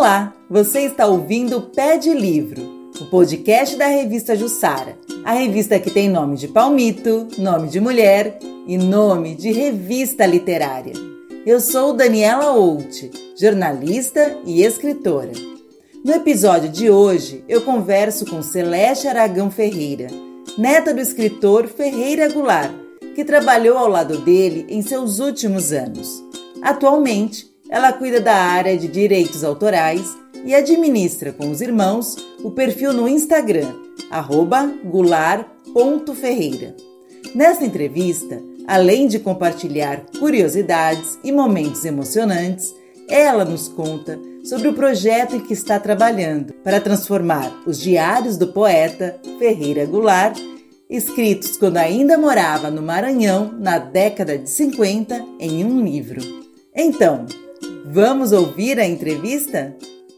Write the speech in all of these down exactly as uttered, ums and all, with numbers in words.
Olá, você está ouvindo Pé de Livro, o podcast da revista Jussara, a revista que tem nome de palmito, nome de mulher e nome de revista literária. Eu sou Daniela Out, jornalista e escritora. No episódio de hoje, eu converso com Celeste Aragão Ferreira, neta do escritor Ferreira Goulart, que trabalhou ao lado dele em seus últimos anos. Atualmente, ela cuida da área de direitos autorais e administra com os irmãos o perfil no Instagram, arroba goulart ponto ferreira. Nesta entrevista, além de compartilhar curiosidades e momentos emocionantes, ela nos conta sobre o projeto em que está trabalhando para transformar os diários do poeta Ferreira Goulart, escritos quando ainda morava no Maranhão na década de cinquenta, em um livro. Então, vamos ouvir a entrevista?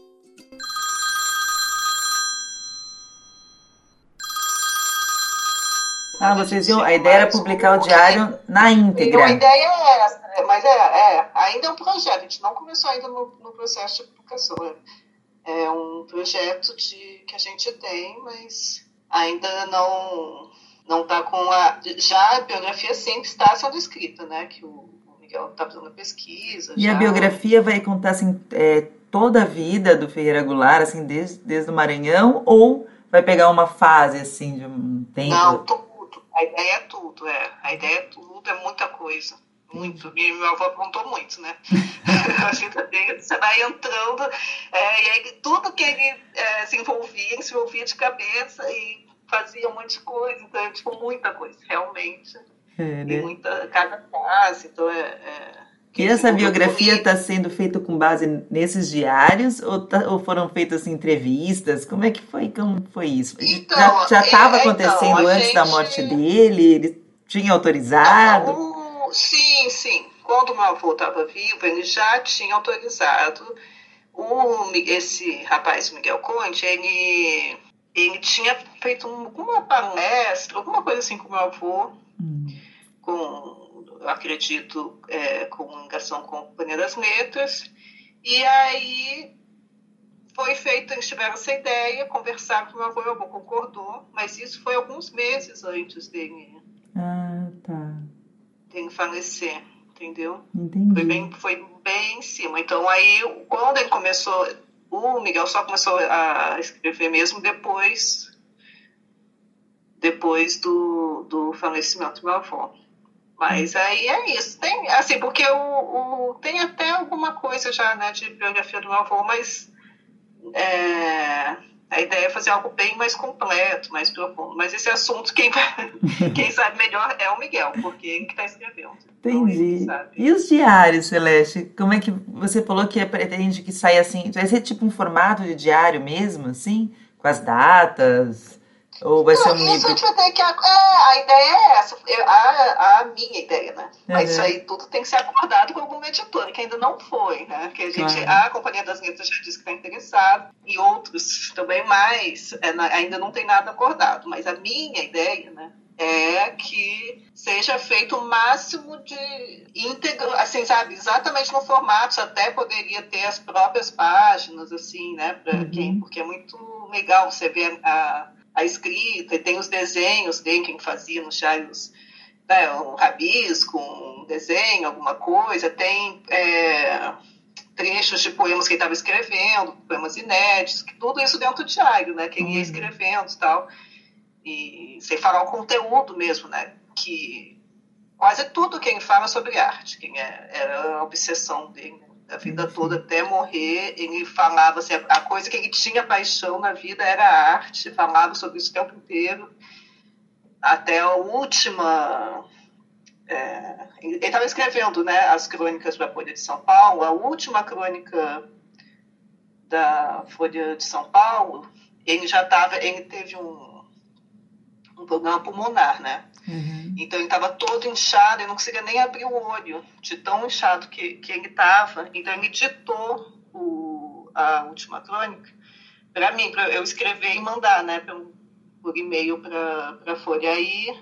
Ah, vocês viram? A ideia era publicar o diário na íntegra. A ideia é essa, mas é, é, ainda é um projeto, a gente não começou ainda no, no processo de publicação. É um projeto de, que a gente tem, mas ainda não não está com a... Já a biografia sempre está sendo escrita, né? Que o, o Miguel está fazendo a pesquisa. E já... a biografia vai contar assim, é, toda a vida do Ferreira Goulart, assim, desde, desde o Maranhão, ou vai pegar uma fase assim de um tempo? Não, tudo. A ideia é tudo, é. A ideia é tudo, é muita coisa. Muito. E meu avô contou muito, né? Você vai entrando, é, e aí tudo que ele é, se envolvia, ele se envolvia de cabeça e fazia um monte de coisa, então é tipo muita coisa, realmente. É, né? E muita, cada fase, então é... é e essa biografia está sendo feita com base nesses diários ou, tá, ou foram feitas assim, entrevistas? Como é que foi? Como foi isso? Então, já estava é, acontecendo então, antes gente... da morte dele? Ele tinha autorizado? Não, o... Sim, sim. Quando meu avô estava vivo, ele já tinha autorizado. O, esse rapaz, Miguel Conte, ele, ele tinha feito alguma palestra, alguma coisa assim com meu avô, hum. com, eu acredito, é, com ligação com a Companhia das Letras. E aí foi feito, eles tiveram essa ideia, conversaram com meu avô, meu avô concordou, mas isso foi alguns meses antes dele, ah, tá. dele falecer. Entendeu? Entendi. Foi bem, foi bem em cima. Então, aí, quando ele começou, o Miguel só começou a escrever mesmo depois, depois do, do falecimento do meu avô. Mas aí é isso. Tem, assim, porque o, o, tem até alguma coisa já, né, de biografia do meu avô, mas é, a ideia é fazer algo bem mais completo, mais profundo. Mas esse assunto, quem, quem sabe melhor é o Miguel, porque ele que está escrevendo. Entendi. Então, e os diários, Celeste? Como é que você falou que pretende que saia assim? Vai ser tipo um formato de diário mesmo, assim? Com as datas? Ou vai Não, ser um isso livro? A gente vai ter que... É, a ideia é essa. A, a minha ideia, né? Uhum. Mas isso aí tudo tem que ser acordado com alguma editora, que ainda não foi, né? Que a gente... Claro. A Companhia das Letras já disse que está interessada, e outros também mais. É, ainda não tem nada acordado. Mas a minha ideia, né? É que seja feito o máximo de íntegro, assim, sabe, exatamente no formato, até poderia ter as próprias páginas, assim, né, para uhum. quem, porque é muito legal você ver a, a escrita, e tem os desenhos dele, quem fazia nos diários, né, um rabisco, um desenho, alguma coisa, tem é, trechos de poemas que ele estava escrevendo, poemas inéditos, que tudo isso dentro do diário, né, que ele ia escrevendo e tal. E sem falar o conteúdo mesmo, né? Que quase tudo que ele fala sobre arte, que é, era a obsessão dele, a vida Sim. toda até morrer, ele falava assim, a coisa que ele tinha paixão na vida era a arte, falava sobre isso o tempo inteiro, até a última... É, ele estava escrevendo, né, as crônicas da Folha de São Paulo, a última crônica da Folha de São Paulo, ele já estava, ele teve um um problema pulmonar, né? Uhum. Então ele estava todo inchado, ele não conseguia nem abrir o olho, de tão inchado que, que ele estava. Então ele ditou o, a última crônica para mim, para eu escrever e mandar, né? Por, por e-mail para a Folha. Aí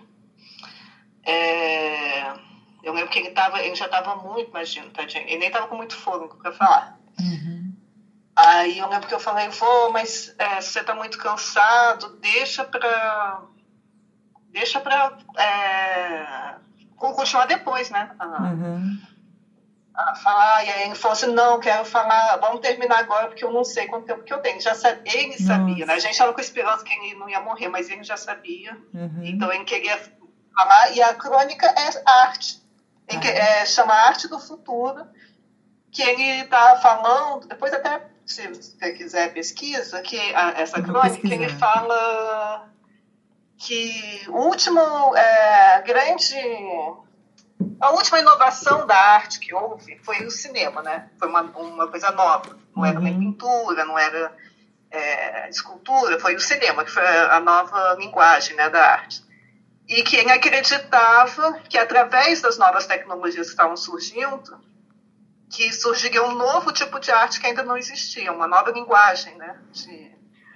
é, eu lembro que ele, tava, ele já estava muito, imagina, tadinho, ele nem estava com muito fôlego para falar. Uhum. Aí Aí eu lembro que eu falei, vô, mas é, se você está muito cansado, deixa para deixa para é, continuar depois, né? Ah, Uhum. a falar. E aí ele falou assim, não, quero falar, vamos terminar agora, porque eu não sei quanto tempo que eu tenho. Já sabia, ele sabia, né? A gente estava com esperança que ele não ia morrer, mas ele já sabia. Uhum. Então ele queria falar, e a crônica é arte. Ele Ah. que- é, chama Arte do Futuro, que ele está falando, depois até, se você quiser pesquisa, que a, essa Eu vou crônica, pesquisar. ele fala que o último é, grande... A última inovação da arte que houve foi o cinema, né? Foi uma, uma coisa nova. Não era nem Uhum. pintura, não era é, escultura, foi o cinema, que foi a nova linguagem, né, da arte. E que ele acreditava que, através das novas tecnologias que estavam surgindo, que surgiria um novo tipo de arte que ainda não existia, uma nova linguagem, né, de,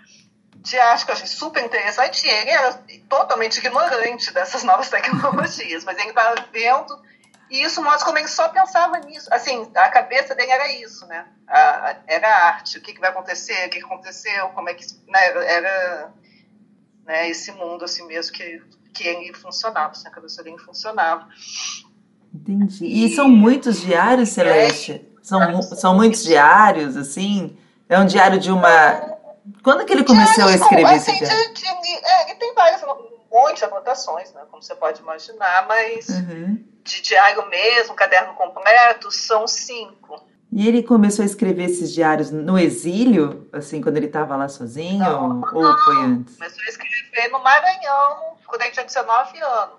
de arte, que eu achei super interessante. E ele era totalmente ignorante dessas novas tecnologias, mas ele estava vendo, e isso mostra como ele só pensava nisso. Assim, a cabeça dele era isso, né? A, a, era a arte, o que, que vai acontecer, o que, que aconteceu, como é que... Né, era né, esse mundo assim mesmo que, que ele funcionava, assim, a cabeça dele funcionava. Entendi. E, e são muitos diários, Celeste? É, são, são muitos diários, assim? É um diário de uma... Quando que ele começou diários, a escrever assim, esse diário? De, de, é, ele tem várias, um monte de anotações, né, como você pode imaginar, mas uhum. de diário mesmo, caderno completo, são cinco. E ele começou a escrever esses diários no exílio, assim, quando ele estava lá sozinho, não, ou, ou foi antes? Começou a escrever no Maranhão, quando ele tinha dezenove anos.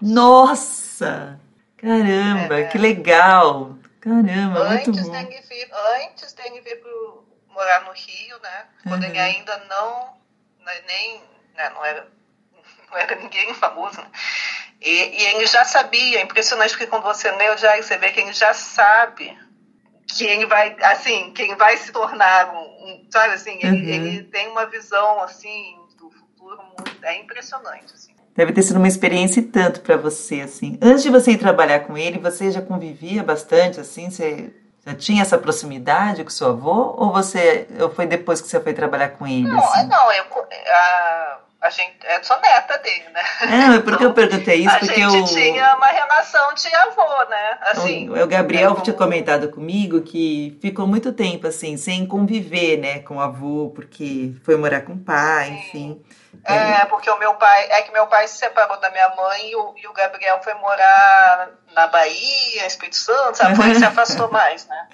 Nossa! Caramba, é, que legal! Caramba, antes muito bom. Dele vir, antes dele vir pro, morar no Rio, né? Quando uhum. ele ainda não, nem, né, não, era, não era ninguém famoso, né? E, e ele já sabia, é impressionante porque quando você lê o diário, você vê que ele já sabe que ele vai, assim, que ele vai se tornar um, um sabe assim, ele, uhum. ele tem uma visão, assim, do futuro muito, é impressionante, assim. Deve ter sido uma experiência e tanto para você, assim. Antes de você ir trabalhar com ele, você já convivia bastante, assim? Você já tinha essa proximidade com seu avô? Ou você, ou foi depois que você foi trabalhar com ele, não, assim? Não, eu... A... A gente, eu sou neta dele, né? É, por que eu perguntei isso? A porque gente eu... tinha uma relação de avô, né? Assim, o, o Gabriel como... tinha comentado comigo que ficou muito tempo, assim, sem conviver, né, com o avô, porque foi morar com o pai, sim. Enfim. É, é, porque o meu pai, é que meu pai se separou da minha mãe e o, e o Gabriel foi morar na Bahia, Espírito Santo, sabe? Foi que se afastou mais, né?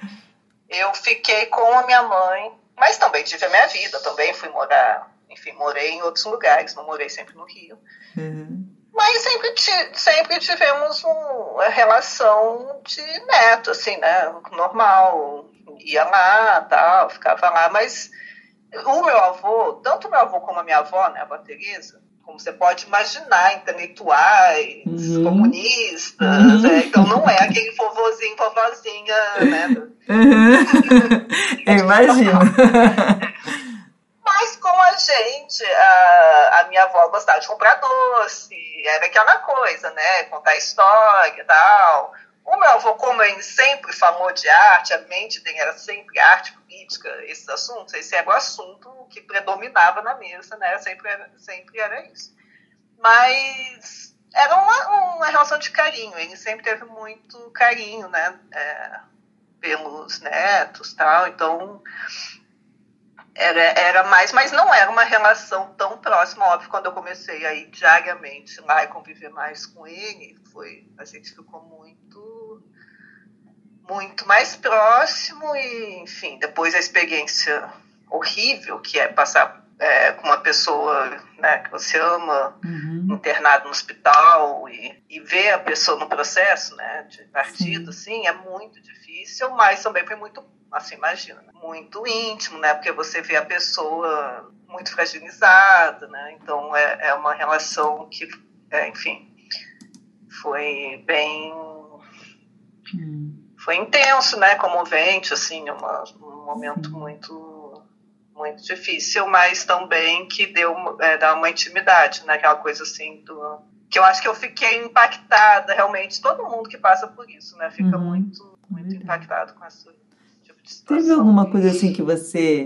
Eu fiquei com a minha mãe, mas também tive a minha vida, também fui morar... Enfim, morei em outros lugares, não morei sempre no Rio. Uhum. Mas sempre, sempre tivemos uma relação de neto, assim, né? Normal. Ia lá, tal, ficava lá. Mas o meu avô, tanto o meu avô como a minha avó, né, a avó Teresa, como você pode imaginar, intelectuais, uhum. comunistas, uhum. Né? Então não é aquele vovozinho, vovozinha, né? Uhum. Eu imagino. Mas com a gente, a, a minha avó gostava de comprar doce, era aquela coisa, né? Contar história e tal. O meu avô, como ele sempre falou de arte, a mente dele era sempre arte, política, esses assuntos, esse era o assunto que predominava na mesa, né? Sempre era, sempre era isso. Mas era uma, uma relação de carinho, ele sempre teve muito carinho, né? É, pelos netos e tal, então... Era, era mais, mas não era uma relação tão próxima, óbvio, quando eu comecei a ir diariamente lá e conviver mais com ele, foi, a gente ficou muito, muito mais próximo e, enfim, depois a experiência horrível que é passar é, com uma pessoa, né, que você ama, uhum. internado no hospital e, e ver a pessoa no processo, né, de partida, assim, é muito difícil, mas também foi muito assim, imagina, muito íntimo, né? Porque você vê a pessoa muito fragilizada, né? Então, é, é uma relação que, é, enfim, foi bem... Hum. Foi intenso, né? Comovente, assim, uma, um momento hum. muito, muito difícil, mas também que deu é, dá uma intimidade, né? Aquela coisa, assim, do... que eu acho que eu fiquei impactada, realmente, todo mundo que passa por isso, né? Fica uhum. muito, muito impactado com essa... Teve alguma coisa assim que você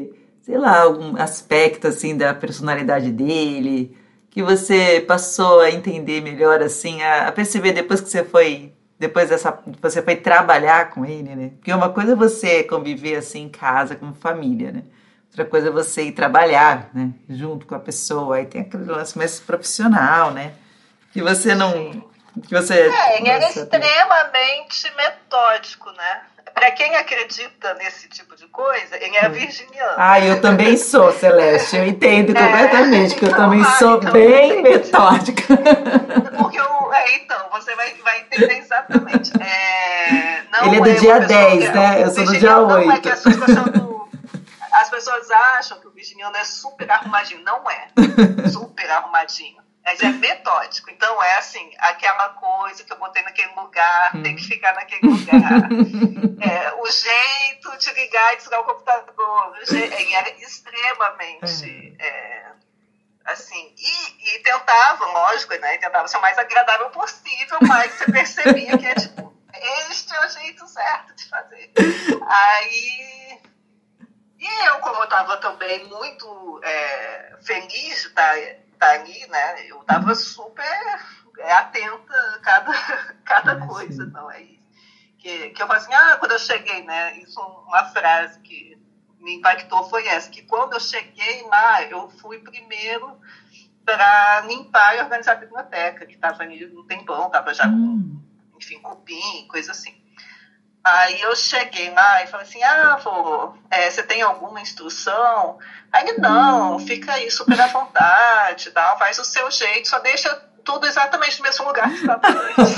sei lá, algum aspecto, assim, da personalidade dele, que você passou a entender melhor, assim, a, a perceber depois que você foi, depois dessa, você foi trabalhar com ele, né? Porque uma coisa é você conviver, assim, em casa, como família, né? Outra coisa é você ir trabalhar, né? Junto com a pessoa, aí tem aquele lance mais profissional, né? Que você não... Que você, é, ele era extremamente metódico, né? Para quem acredita nesse tipo de coisa, ele é virginiano. Ah, eu também sou, Celeste. Eu entendo completamente é, que eu então, também ah, sou então, bem metódica. Porque eu, é, então, você vai, vai entender exatamente. É, não Ele é do é dia dez, né? Eu sou do dia oito. Não é que as pessoas, achando, as pessoas acham que o virginiano é super arrumadinho. Não é super arrumadinho. Mas é metódico. Então, é assim, aquela coisa que eu botei naquele lugar, hum. tem que ficar naquele lugar. É, o jeito de ligar e desligar o computador. O jeito, ele era extremamente, é, assim, e, e tentava, lógico, né? Tentava ser o mais agradável possível, mas você percebia que é, tipo, este é o jeito certo de fazer. Aí... E eu, como eu estava também muito é, feliz de estar... tá ali, né? Eu tava super é, atenta a cada, cada ah, coisa, sim. Não é isso. Que, que eu falei assim, ah, quando eu cheguei, né? Isso, uma frase que me impactou foi essa, que quando eu cheguei lá, eu fui primeiro para limpar e organizar a biblioteca, que estava ali um tempão, estava já hum. com, enfim, cupim, coisa assim. Aí eu cheguei lá e falei assim, ah, vô, é, você tem alguma instrução? Aí ele, não, fica aí super à vontade, tá? Faz o seu jeito, só deixa tudo exatamente no mesmo lugar que estava antes.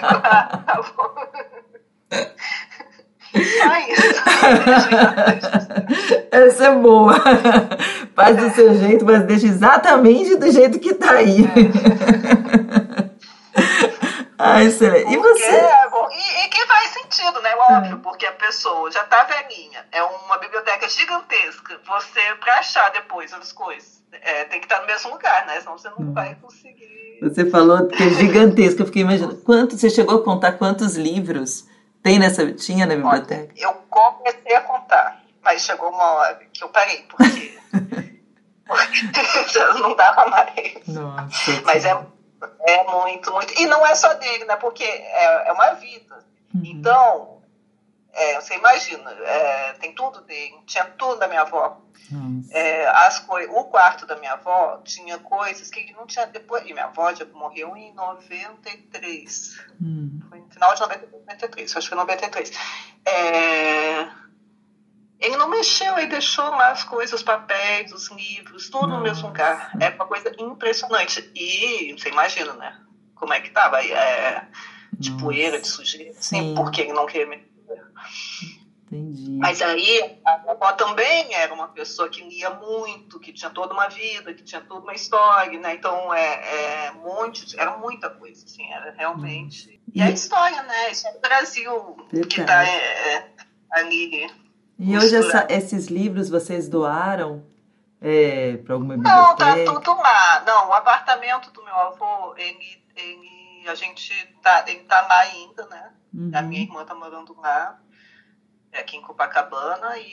Só isso. Essa é boa. Faz do seu jeito, mas deixa exatamente do jeito que tá aí. É. Ah, excelente. E você? É, e, e que faz sentido, né? Óbvio, ah. porque a pessoa já tá velhinha, é uma biblioteca gigantesca. Você, pra achar depois as coisas, é, tem que estar no mesmo lugar, né? Senão você não hum. vai conseguir. Você falou que é gigantesca, eu fiquei imaginando. Quanto, você chegou a contar quantos livros tem nessa, tinha na biblioteca? Olha, eu comecei a contar, mas chegou uma hora que eu parei, porque, porque já não dava mais. Nossa. Mas é. É muito, muito. E não é só dele, né? Porque é, é uma vida. Uhum. Então, é, você imagina, é, tem tudo dele, tinha tudo da minha avó. É, as coi- o quarto da minha avó tinha coisas que ele não tinha depois. E minha avó já morreu em noventa e três. Uhum. Foi no final de noventa e três, acho que foi noventa e três. É... Ele não mexeu, ele deixou lá as coisas, os papéis, os livros, tudo Nossa. no mesmo lugar. É uma coisa impressionante. E você imagina, né? Como é que tava? É, de Nossa. poeira, de sujeira, assim, porque ele não queria mexer. Entendi. Mas aí, a minha avó também era uma pessoa que lia muito, que tinha toda uma vida, que tinha toda uma história, né? Então, é, é monte, era muita coisa, assim, era realmente... Hum. E a história, né? A história do Brasil, Verdade. que tá é, ali... E hoje essa, esses livros vocês doaram é, para alguma biblioteca? Não, tá tudo lá. Não, o apartamento do meu avô, ele, ele, a gente tá, ele tá lá ainda, né? Uhum. A minha irmã tá morando lá, aqui em Copacabana, e,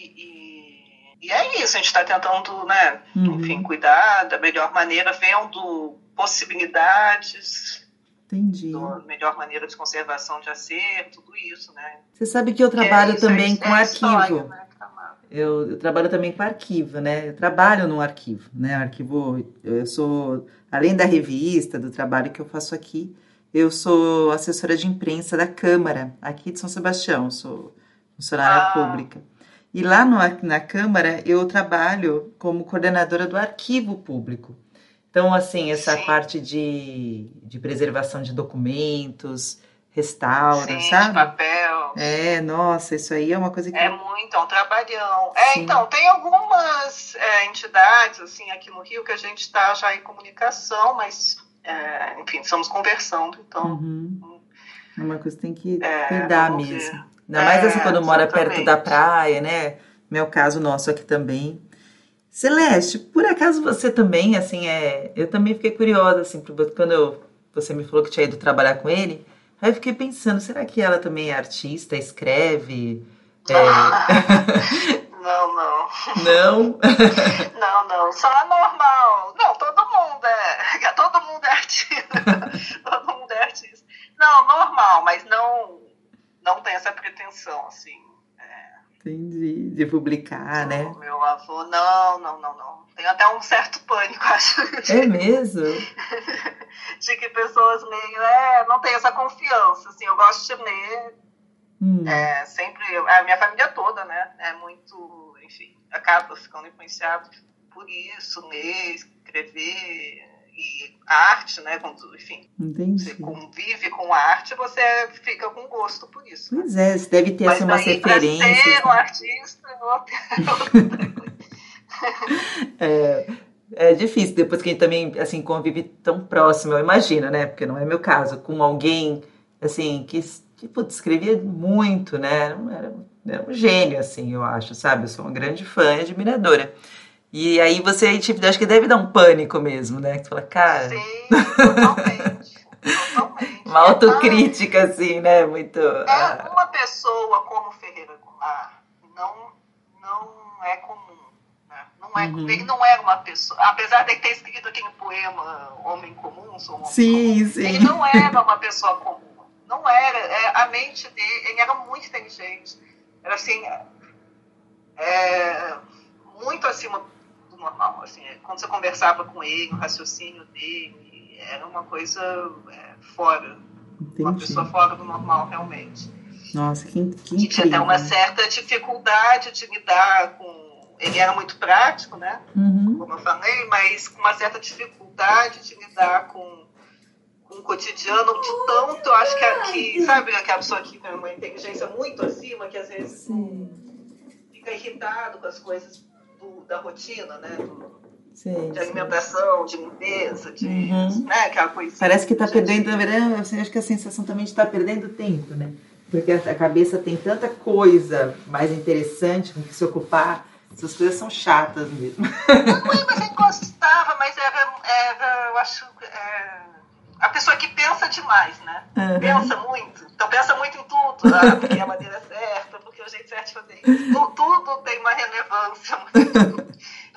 e, e é isso, a gente tá tentando, né, uhum. enfim, cuidar da melhor maneira, vendo possibilidades... Entendi. Da melhor maneira de conservação de acervo, tudo isso, né? Você sabe que eu trabalho que é também é, com é arquivo. História, né? eu, eu trabalho também com arquivo, né? Eu trabalho no arquivo, né? Arquivo, eu sou, além da revista, do trabalho que eu faço aqui, eu sou assessora de imprensa da Câmara, aqui de São Sebastião, sou funcionária ah. pública. E lá no, na Câmara eu trabalho como coordenadora do arquivo público. Então, assim, essa Sim. parte de, de preservação de documentos, restauro, Sim, sabe? De papel. É, nossa, isso aí é uma coisa que... É muito, é um trabalhão. É, Sim. então, tem algumas é, entidades, assim, aqui no Rio, que a gente está já em comunicação, mas, é, enfim, estamos conversando, então... Uhum. É uma coisa que tem que é, cuidar mesmo. Ver. Ainda mais é, assim, quando mora exatamente. perto da praia, né? Meu caso nosso aqui também. Celeste, por acaso você também, assim, é... Eu também fiquei curiosa, assim, quando eu, você me falou que tinha ido trabalhar com ele, aí eu fiquei pensando, será que ela também é artista, escreve? É... Não, não. Não? Não, não. Só normal. Não, todo mundo é. Todo mundo é artista. Todo mundo é artista. Não, normal, mas não, não tem essa pretensão, assim. É... Entendi. De publicar, o né? Meu avô, não, não, não, não. Tem até um certo pânico, acho. É mesmo? De que pessoas leiam. É, não tem essa confiança, assim. Eu gosto de ler. Hum. É, sempre. A minha família toda, né? É muito. Enfim, acaba ficando influenciado por isso, ler, escrever. E a arte, né? Quando, enfim, Entendi. Você convive com a arte, você fica com gosto por isso. Pois né? É, você deve ter Mas assim, umas daí, referências. Para ser um né? artista, eu outra coisa. é, é difícil, depois que a gente também assim, convive tão próximo, eu imagino, né? Porque não é meu caso, com alguém assim, que, que putz, escrevia muito, né? Era, era um gênio, assim, eu acho, sabe? Eu sou uma grande fã e admiradora. E aí você, tipo, acho que deve dar um pânico mesmo, né? Que você fala, cara... Sim, totalmente. totalmente. Uma autocrítica, assim, né? Muito... É, uma pessoa como Ferreira Goulart não, não é comum. Né? Não é, uhum. Ele não era uma pessoa... Apesar de ter escrito aquele poema Homem Comum, sou um homem sim, comum, sim. ele não era uma pessoa comum. Não era. É, a mente dele... Ele era muito inteligente. Era assim... É, muito acima... normal, assim, quando você conversava com ele, o raciocínio dele era uma coisa é, fora, Entendi. Uma pessoa fora do normal, realmente. Nossa, que, que que tinha até uma certa dificuldade de lidar com... Ele era muito prático, né, uhum. como eu falei, mas com uma certa dificuldade de lidar com, com o cotidiano, de tanto, eu acho que, que sabe aquela pessoa que tem uma inteligência muito acima, que às vezes Sim. fica irritado com as coisas Do, da rotina, né? Do, sim, de alimentação, sim. de limpeza, de uhum. né? Aquela coisa. Parece que está perdendo, na verdade, eu acho que a sensação também de estar tá perdendo tempo, né? Porque a cabeça tem tanta coisa mais interessante com que se ocupar, essas coisas são chatas mesmo. Não, não é, mas ele gostava, mas era, era eu acho, é, a pessoa que pensa demais, né? Uhum. Pensa muito. Então pensa muito em tudo, ah, porque é a maneira certa, porque é o jeito certo de fazer isso. Tudo, tudo tem uma relevância muito,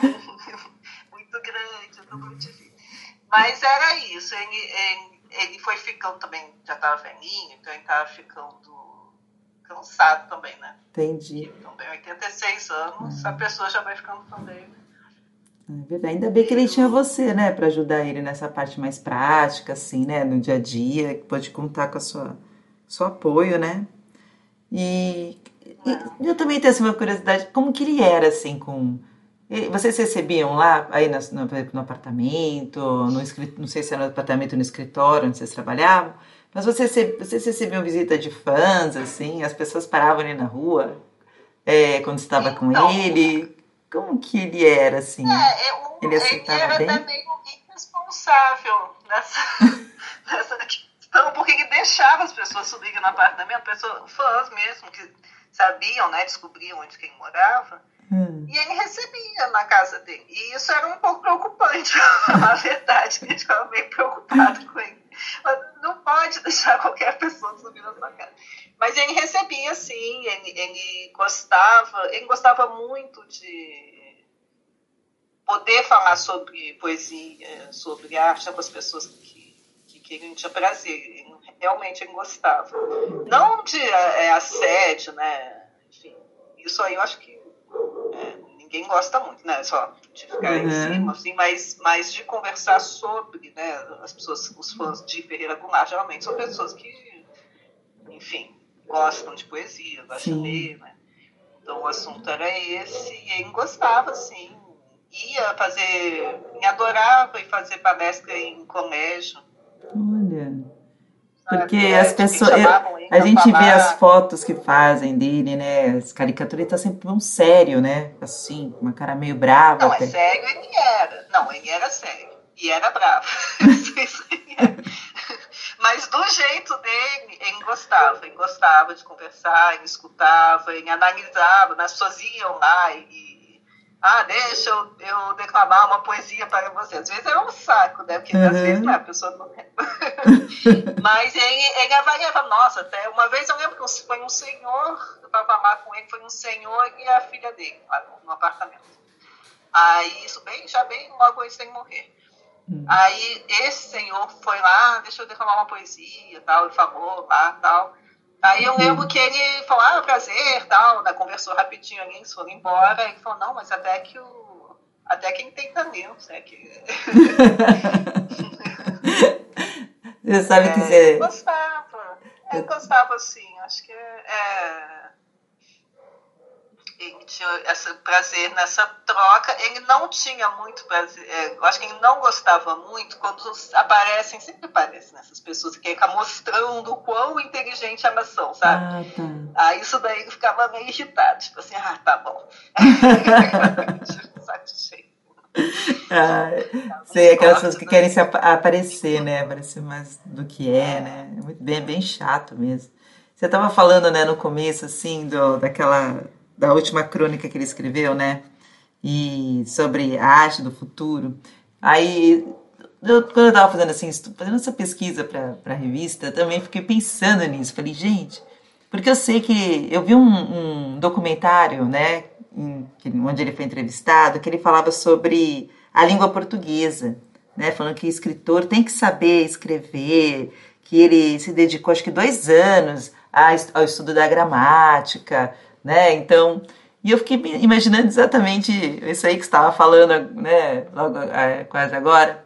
muito grande, tudo difícil. Mas era isso, ele, ele, ele foi ficando também, já estava velhinho, então ele estava ficando cansado também, né? Entendi. Então tem oitenta e seis anos, uhum. a pessoa já vai ficando também. É verdade. Ainda bem que ele tinha você, né, para ajudar ele nessa parte mais prática, assim, né, no dia a dia, que pode contar com a sua, seu apoio, né? E, e eu também tenho assim, uma curiosidade, como que ele era, assim, com... Vocês recebiam lá, aí no, no, no apartamento, no, não sei se era no apartamento ou no escritório onde vocês trabalhavam, mas vocês, vocês recebiam visita de fãs, assim, as pessoas paravam ali na rua, é, quando você estava com então, ele... Como que ele era, assim? É, eu, ele aceitava ele era bem? até meio irresponsável nessa, nessa questão, porque ele deixava as pessoas subirem no apartamento, pessoas, fãs mesmo, que sabiam, né, descobriam onde quem morava, hum. e ele recebia na casa dele. E isso era um pouco preocupante, na verdade, que a gente ficava meio preocupado com ele. Mas não pode deixar qualquer pessoa subir na sua casa. Mas ele recebia, sim, ele, ele gostava, ele gostava muito de poder falar sobre poesia, sobre arte com as pessoas que, que, que ele tinha prazer. Ele, realmente ele gostava. Não de é, assédio, né? Enfim, isso aí eu acho que é, ninguém gosta muito, né? Só de ficar uhum. em cima, assim, mas, mas de conversar sobre, né? As pessoas, os fãs de Ferreira Goulart, geralmente são pessoas que, enfim, gostam de poesia, gostam de ler, né? Então o assunto era esse, e ele gostava, assim, ia fazer, me adorava ir fazer palestra em colégio. Olha, porque é, as pessoas, eu, a gente falar. Vê as fotos que fazem dele, né, as caricaturas, ele tá sempre um sério, né, assim, uma cara meio brava. Não, até. é sério ele era, não, ele era sério, e era bravo, isso ele era. Mas do jeito dele, ele gostava, ele gostava de conversar, ele escutava, ele analisava, as pessoas iam lá e, ah, deixa eu, eu declamar uma poesia para você. Às vezes era um saco, né? Porque uhum. às vezes a pessoa não... Mas ele, ele avaliava, nossa, até uma vez eu lembro que foi um senhor, para falar com ele, foi um senhor e a filha dele, lá no, no apartamento. Aí, isso bem, já bem logo antes dele morrer. Hum. Aí, esse senhor foi lá, deixa eu declamar uma poesia, tal, e falou lá, tal. Aí eu lembro hum. que ele falou, ah, prazer, tal, da, conversou rapidinho ali, eles foram embora. Ele falou, não, mas até que o... até quem tem talento, né? Que... Você sabe é, que você... Eu gostava, eu gostava, assim, acho que é... Ele tinha esse prazer nessa troca. Ele não tinha muito prazer. É, eu acho que ele não gostava muito quando aparecem, sempre aparecem nessas pessoas que ficam mostrando o quão inteligente elas são, sabe? Ah, tá. Aí isso daí ele ficava meio irritado, tipo assim, ah, tá bom. ah, sei, aquelas pessoas que querem se ap- aparecer, né? Aparecer mais do que é, né? É muito bem, bem chato mesmo. Você estava falando, né, no começo, assim, do, daquela... da última crônica que ele escreveu, né? E sobre a arte do futuro. Aí, eu, quando eu estava fazendo assim, fazendo essa pesquisa para a revista, eu também fiquei pensando nisso. Falei, gente, porque eu sei que eu vi um, um documentário, né, em, onde ele foi entrevistado, que ele falava sobre a língua portuguesa, né? Falando que escritor tem que saber escrever, que ele se dedicou, acho que dois anos ao estudo da gramática, né? Então, e eu fiquei imaginando exatamente isso aí que você estava falando, né? Logo, é, quase agora.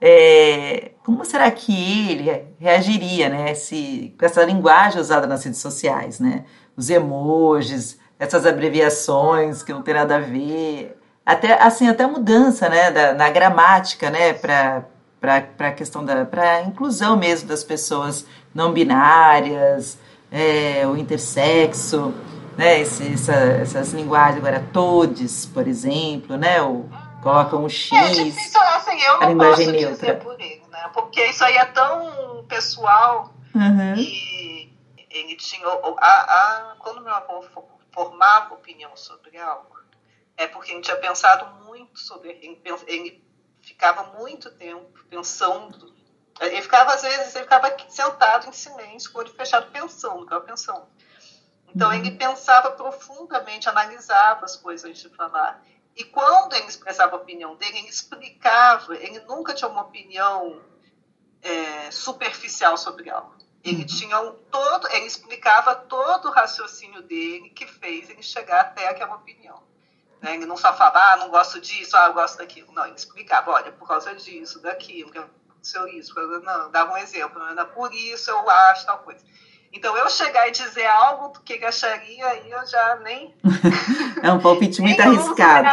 É, como será que ele reagiria, né? Se, com essa linguagem usada nas redes sociais, né? Os emojis, essas abreviações que não tem nada a ver, até assim até a mudança, né? Da, na gramática, né? Para para a questão da para a inclusão mesmo das pessoas não binárias, é, o intersexo. Né, esse, essa, essas linguagens agora, todes, por exemplo, né, ou colocam um X, é difícil, assim, eu não a linguagem posso neutra. dizer por ele, né, porque isso aí é tão pessoal, uhum. E ele tinha, a, a, quando meu avô formava opinião sobre algo, é porque ele tinha pensado muito sobre, ele, ele ficava muito tempo pensando, ele ficava, às vezes, ele ficava sentado em silêncio, com o olho fechado, pensando, ficava pensando. Então, ele pensava profundamente, analisava as coisas antes de falar. E quando ele expressava a opinião dele, ele explicava, ele nunca tinha uma opinião é, superficial sobre algo. Ele, tinha um todo, ele explicava todo o raciocínio dele que fez ele chegar até aquela opinião. Né? Ele não só falava, ah, não gosto disso, ah, eu gosto daquilo. Não, ele explicava, olha, por causa disso, daquilo, que aconteceu isso. Não, dava um exemplo, por isso eu acho tal coisa. Então, eu chegar e dizer algo do que ele acharia, aí eu já nem... É um palpite muito arriscado.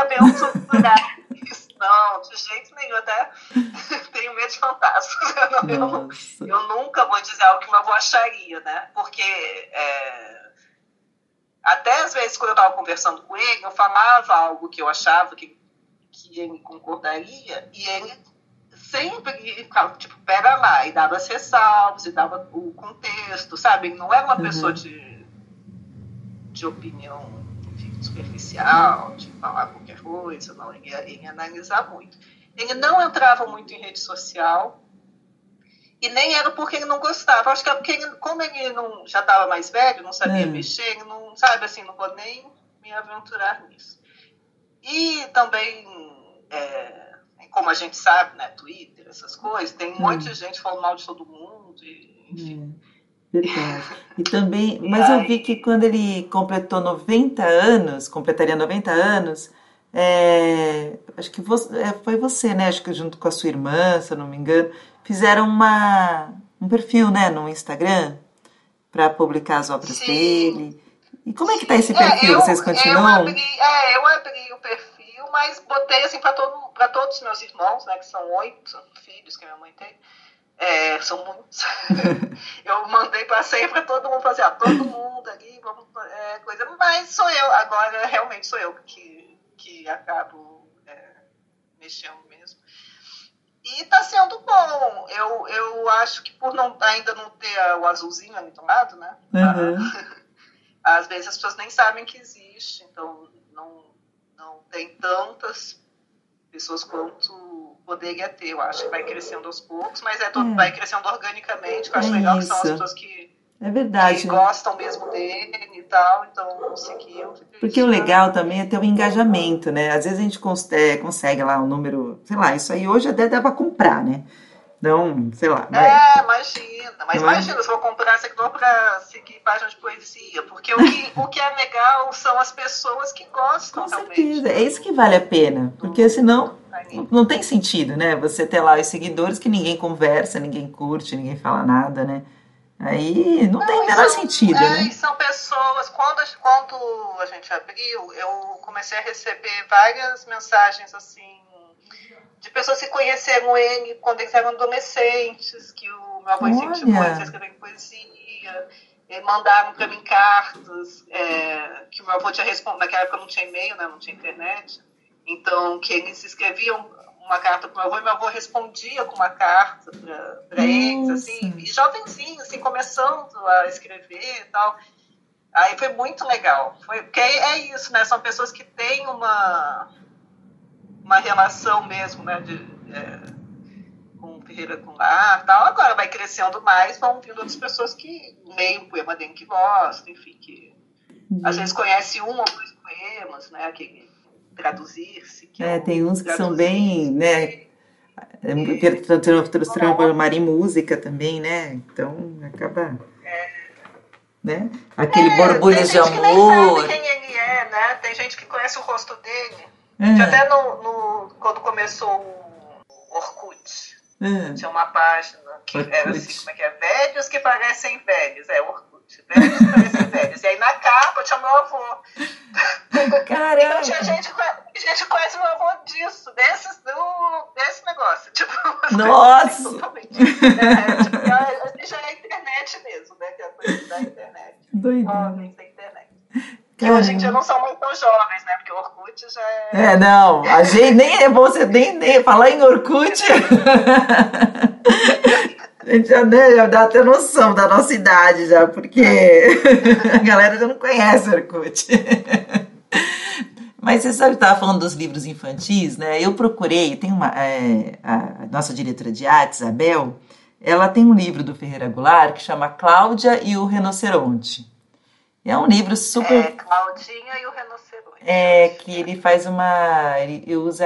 Não, de jeito nenhum. Até tenho medo de fantasmas. Eu, eu, eu nunca vou dizer algo que meu avô acharia, né? Porque é, até às vezes, quando eu estava conversando com ele, eu falava algo que eu achava que, que ele concordaria, e ele... sempre ficava, tipo, pera lá, e dava as ressalvas, e dava o contexto, sabe? Ele não era uma uhum. pessoa de, de opinião enfim, superficial, de falar qualquer coisa, não, ele ia, ele ia analisar muito. Ele não entrava muito em rede social, e nem era porque ele não gostava, acho que é porque, ele, como ele não, já estava mais velho, não sabia uhum. mexer, ele não, sabe, assim, não vou nem me aventurar nisso. E também... É, como a gente sabe, né, Twitter, essas coisas, tem um monte de gente falando mal de todo mundo, e, enfim. É, verdade. E também, mas eu vi que quando ele completou noventa anos, completaria noventa anos, é, acho que você, é, foi você, né, acho que junto com a sua irmã, se eu não me engano, fizeram uma, um perfil, né, no Instagram, para publicar as obras Sim. dele. E como é que tá esse perfil? É, eu, Vocês continuam? Eu abri, é, eu abri o perfil, mas botei assim para todo, para todos os meus irmãos, né, que são oito filhos que minha mãe tem, é, são muitos. Eu mandei passei para todo mundo fazer, ah, todo mundo ali, vamos, é, coisa, mas sou eu, agora realmente sou eu que, que acabo é, mexendo mesmo. E tá sendo bom. Eu, eu acho que por não, ainda não ter o azulzinho ali do lado, né? Uhum. Às vezes as pessoas nem sabem que existe, então não não tem tantas pessoas quanto poderia ter. Eu acho que vai crescendo aos poucos, mas é, é. vai crescendo organicamente, que eu acho é legal, isso. que são as pessoas que, é verdade, que gostam mesmo dele e tal, então seguiam. Porque o legal também é ter o engajamento, né? Às vezes a gente consegue, consegue lá um número, sei lá, isso aí hoje até dá pra comprar, né? Então, sei lá. Vai. É, imagina. Mas não imagina, é? Se eu vou comprar seguidor pra seguir página de poesia. Porque o que, o que é legal são as pessoas que gostam. Com realmente. certeza, é isso que vale a pena. Porque senão não tem sentido, né? Você ter lá os seguidores que ninguém conversa, ninguém curte, ninguém fala nada, né? Aí não, não tem o menor são, sentido, é, né? E são pessoas, quando, quando a gente abriu, eu comecei a receber várias mensagens assim, de pessoas que conheceram ele quando eles eram adolescentes, que o meu avô incentivou eles a escrever poesia, e mandaram para mim cartas, é, que o meu avô tinha respondido, naquela época não tinha e-mail, né, não tinha internet, então que eles escreviam uma carta para o meu avô e meu avô respondia com uma carta para eles, assim, e jovenzinho, assim, começando a escrever e tal. Aí foi muito legal, foi, porque é isso, né, são pessoas que têm uma... uma relação mesmo, né, de, é, com o Ferreira Goulart e tal. Agora vai crescendo mais, vão vindo outras pessoas que leem o poema dele que gostam, enfim, que uhum. às vezes conhece um ou dois poemas, né, que traduzir-se. Que é, tem uns que são bem, né, transformar em música também, né, então acaba... É. Né? Aquele é, borbulho de amor. Tem gente que nem sabe quem ele é, né, tem gente que conhece o rosto dele. É. Até no, no, quando começou o Orkut, é. tinha uma página que Orkut. Era assim, como é que é? Velhos que parecem velhos. É, Orkut. Velhos que parecem velhos. E aí na capa tinha meu avô. Caramba! Então tinha gente, gente conhece meu avô disso, desse, do, desse negócio. Tipo, nossa! Assim, totalmente. É, tipo, já é a internet mesmo, né? Que é a coisa da internet. Doido. Jovens da internet. Que hoje em dia não são muito jovens, né? Porque o Orkut já é... É, não. A gente nem é bom você nem, nem falar em Orkut. A gente já, né, já dá até noção da nossa idade já, porque a galera já não conhece Orkut. Mas você sabe que estava falando dos livros infantis, né? Eu procurei, tem uma... É, a nossa diretora de arte, Isabel, ela tem um livro do Ferreira Goulart que chama Cláudia e o Rinoceronte. É um livro super... É, Claudinha e o Rinoceronte. É, que ele faz uma... Ele usa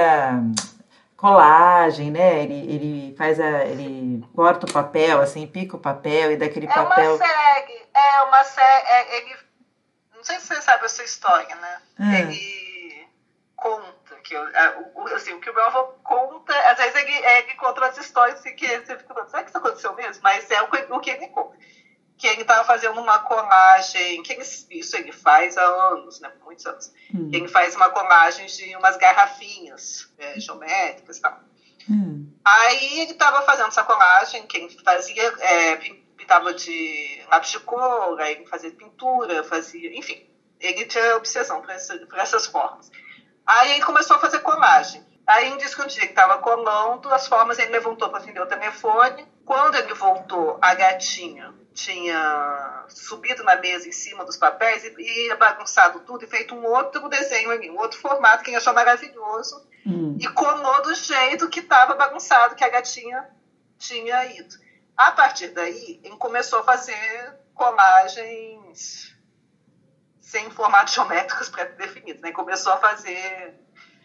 colagem, né? Ele, ele faz a... Ele corta o papel, assim, pica o papel e dá aquele é papel... É uma série. É uma série... É, ele... Não sei se você sabe essa história, né? Ah. Ele conta que... O, assim, o que o meu avô conta... Às vezes ele, ele conta as histórias que você fica falando, será que isso aconteceu mesmo? Mas é o, o que ele conta. Que ele estava fazendo uma colagem, que ele, isso ele faz há anos, né, por muitos anos. Hum. Ele faz uma colagem de umas garrafinhas é, geométricas e tal. Hum. Aí ele estava fazendo essa colagem, que ele fazia, é, pintava de lápis de cor, aí ele fazia pintura, fazia, enfim, ele tinha obsessão por, essa, por essas formas. Aí ele começou a fazer colagem. Aí ele disse que um dia ele estava colando as formas, ele levantou para atender o telefone. Quando ele voltou, a gatinha tinha subido na mesa em cima dos papéis e, e bagunçado tudo e feito um outro desenho ali, um outro formato que ele achou maravilhoso hum. e colou do jeito que estava bagunçado, que a gatinha tinha ido. A partir daí, ele começou a fazer colagens sem formatos geométricos pré-definidos, né? Começou a fazer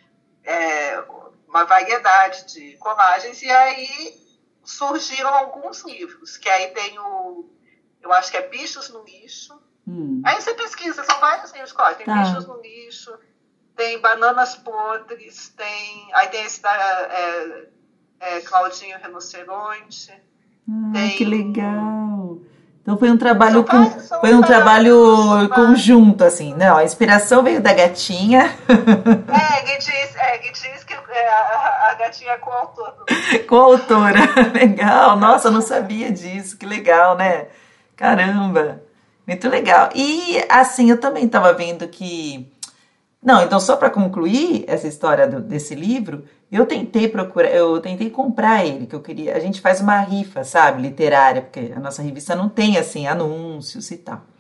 é, uma variedade de colagens e aí surgiram alguns livros, que aí tem o, eu acho que é Bichos no Lixo. Hum. Aí você pesquisa, são vários livros, tem tá. Bichos no Lixo, tem Bananas Podres, tem, aí tem esse da é, é, Claudinho Rinoceronte. Ah, tem, que legal! Então foi um trabalho, com, vários, foi um trabalho conjunto, assim, não, a inspiração veio da gatinha. É, ele diz, é, ele diz que é, a, a gatinha é coautora. Coautora, legal, nossa, eu não sabia disso, que legal, né? Caramba, muito legal. E, assim, eu também estava vendo que... Não, então só para concluir essa história do, desse livro, eu tentei procurar, eu tentei comprar ele, que eu queria, a gente faz uma rifa, sabe, literária, porque a nossa revista não tem, assim, anúncios e tal.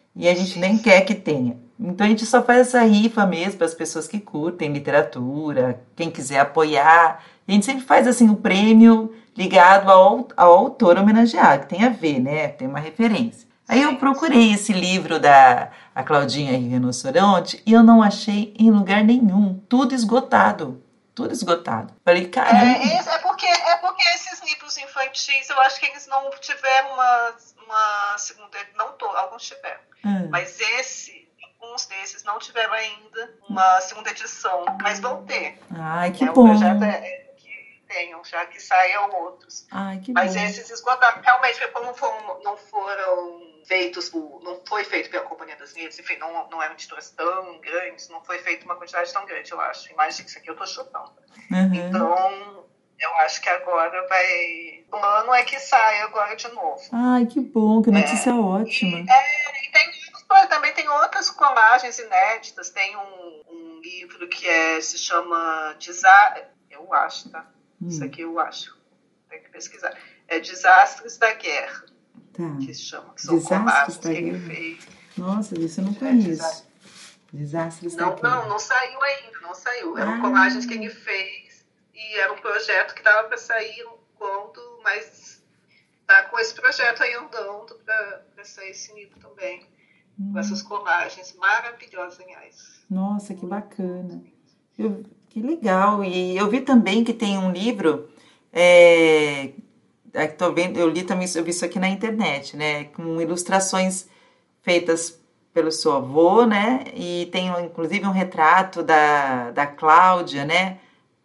e a gente nem quer que tenha. Então a gente só faz essa rifa mesmo para as pessoas que curtem literatura, quem quiser apoiar. A gente sempre faz assim um prêmio ligado ao, ao autor homenageado, que tem a ver, né? Tem uma referência. Aí eu procurei esse livro da a Claudinha Rinoceronte e eu não achei em lugar nenhum, tudo esgotado. Tudo esgotado. Falei, caramba. É, é, porque, é porque esses livros infantis, eu acho que eles não tiveram uma, uma segunda. Não todos, alguns tiveram. Hum. Mas esse, alguns desses não tiveram ainda uma segunda edição. Mas vão ter. Ai, que é, bom. O projeto é, é que tenham, já que saiam outros. Ai, que mas bom. Esses esgotaram. Realmente, como foram, não foram feitos por, não foi feito pela Companhia das Letras, enfim, não, não eram editoras tão grandes, não foi feita uma quantidade tão grande, eu acho. Imagina que isso aqui eu tô chutando. Uhum. Então, eu acho que agora vai... O ano é que sai agora de novo. Ai, que bom, que notícia é, ótima. E, é, e tem, também tem outras colagens inéditas, tem um, um livro que é, se chama Desa... Eu acho, tá? Hum. Isso aqui eu acho. Tem que pesquisar. É Desastres da Guerra. Tá. Que se chama, que são Desastres da que ele Guerra. Fez. Nossa, isso eu não conheço. É, Desastres não, da Guerra. Não, não saiu ainda, não saiu. Eram ah. colagens que ele fez e era um projeto que dava para sair quando, mas tá com esse projeto aí andando para sair esse livro também. Hum. Com essas colagens maravilhosas, aliás. Nossa, que bacana. Eu, que legal. E eu vi também que tem um livro... É... Tô vendo, eu li também, eu vi isso aqui na internet, né? Com ilustrações feitas pelo seu avô, né? E tem inclusive um retrato da, da Cláudia, né?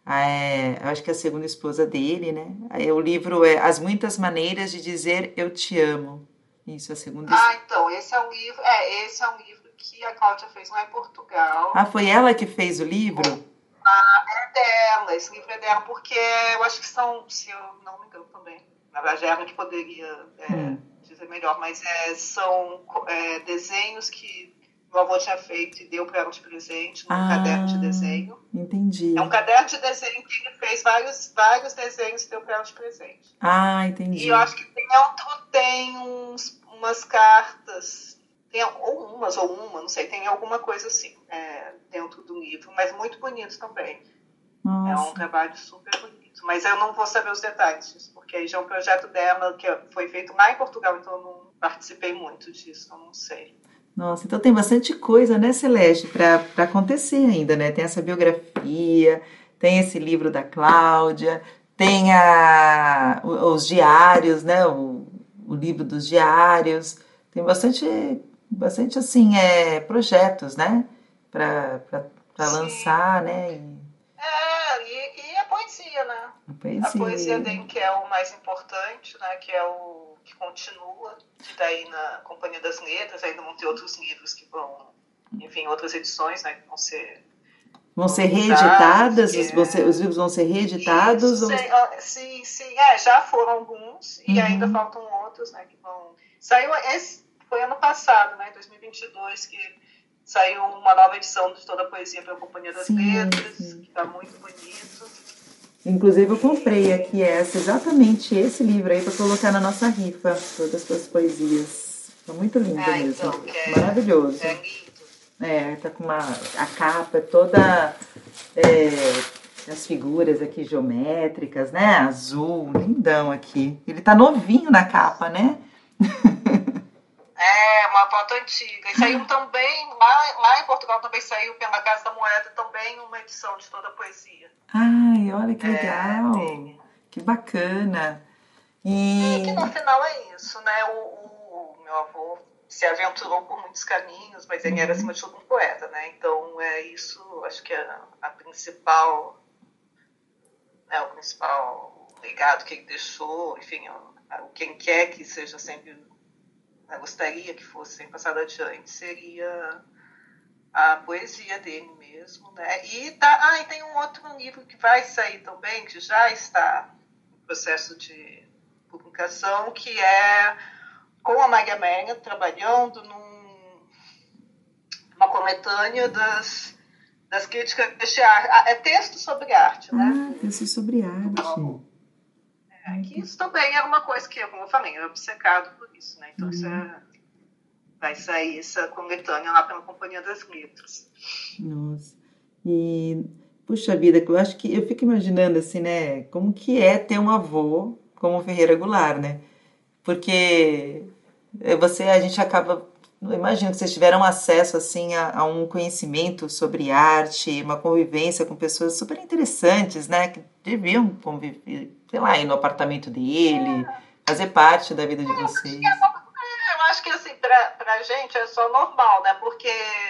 É, eu acho que é a segunda esposa dele, né? Aí, o livro é As Muitas Maneiras de Dizer Eu Te Amo. Isso, a segunda Ah, então, esse é um livro, é, esse é um livro que a Cláudia fez lá em Portugal. Ah, foi ela que fez o livro? Ah, é dela, esse livro é dela, porque eu acho que são, se eu não me engano também, na verdade, é ela que poderia é, hum. dizer melhor, mas é, são é, desenhos que meu avô tinha feito e deu para ela de presente, num ah, caderno de desenho. Entendi. É um caderno de desenho que ele fez vários, vários desenhos e deu para ela de presente. Ah, entendi. E eu acho que tem outro, tem uns, umas cartas, tem, ou umas, ou uma, não sei, tem alguma coisa assim é, dentro do livro, mas muito bonito também. Nossa. É um trabalho super bonito. Mas eu não vou saber os detalhes disso, porque aí já é um projeto dela que foi feito lá em Portugal, então eu não participei muito disso, eu não sei. Nossa, então tem bastante coisa, né, Celeste, para acontecer ainda, né? Tem essa biografia, tem esse livro da Cláudia, tem a, os diários, né? O, o livro dos diários, tem bastante, bastante assim, é, projetos, né? Para lançar, né? E... É, e, e a poesia, né? A poesia. A poesia dele, que é o mais importante, né? Que é o que continua, que está aí na Companhia das Letras, ainda vão ter outros livros que vão, enfim, outras edições, né? Que vão ser... Vão ser reeditadas? Os, é... os livros vão ser reeditados? Isso, ou... sim, sim, é, já foram alguns e uhum. ainda faltam outros, né? Que vão... Saiu, esse foi ano passado, né? dois mil e vinte e dois, que saiu uma nova edição de Toda a Poesia pela Companhia das sim, Letras, sim. que está muito bonito. Inclusive eu comprei aqui essa, exatamente esse livro aí para colocar na nossa rifa, todas as suas poesias. Tá muito lindo ah, mesmo, então, é, maravilhoso. É lindo. É, tá com uma a capa toda é, as figuras aqui geométricas, né? Azul, lindão aqui. Ele tá novinho na capa, né? É, uma foto antiga. E saiu também, lá, lá em Portugal também saiu pela Casa da Moeda também uma edição de Toda a Poesia. Ai, olha que legal. É, que bacana. E... e que no final é isso, né? O, o, o meu avô se aventurou por muitos caminhos, mas ele uhum. era acima de tudo um poeta, né? Então é isso, acho que é a principal, né, o principal legado que ele deixou, enfim, o, quem quer que seja sempre, eu gostaria que fosse sempre passado adiante, seria a poesia dele mesmo, né? E, tá, ah, e tem um outro livro que vai sair também, que já está em processo de publicação, que é com a Maria Amélia, trabalhando num, numa coletânea das, das críticas de arte. É texto sobre arte, né? Ah, texto sobre arte. É, que isso também era uma coisa que, como eu falei, eu era obcecado por isso, né? Então, uhum. isso é, vai sair essa coletânea lá pela Companhia das Letras. Nossa. E, puxa vida, eu acho que eu fico imaginando assim, né? Como que é ter um avô como Ferreira Goulart, né? Porque você, a gente acaba... Eu imagino que vocês tiveram acesso assim a, a um conhecimento sobre arte, uma convivência com pessoas super interessantes, né? Que deviam conviver, sei lá, ir no apartamento dele, fazer parte da vida de vocês. Eu acho que assim, pra, pra gente é só normal, né? Porque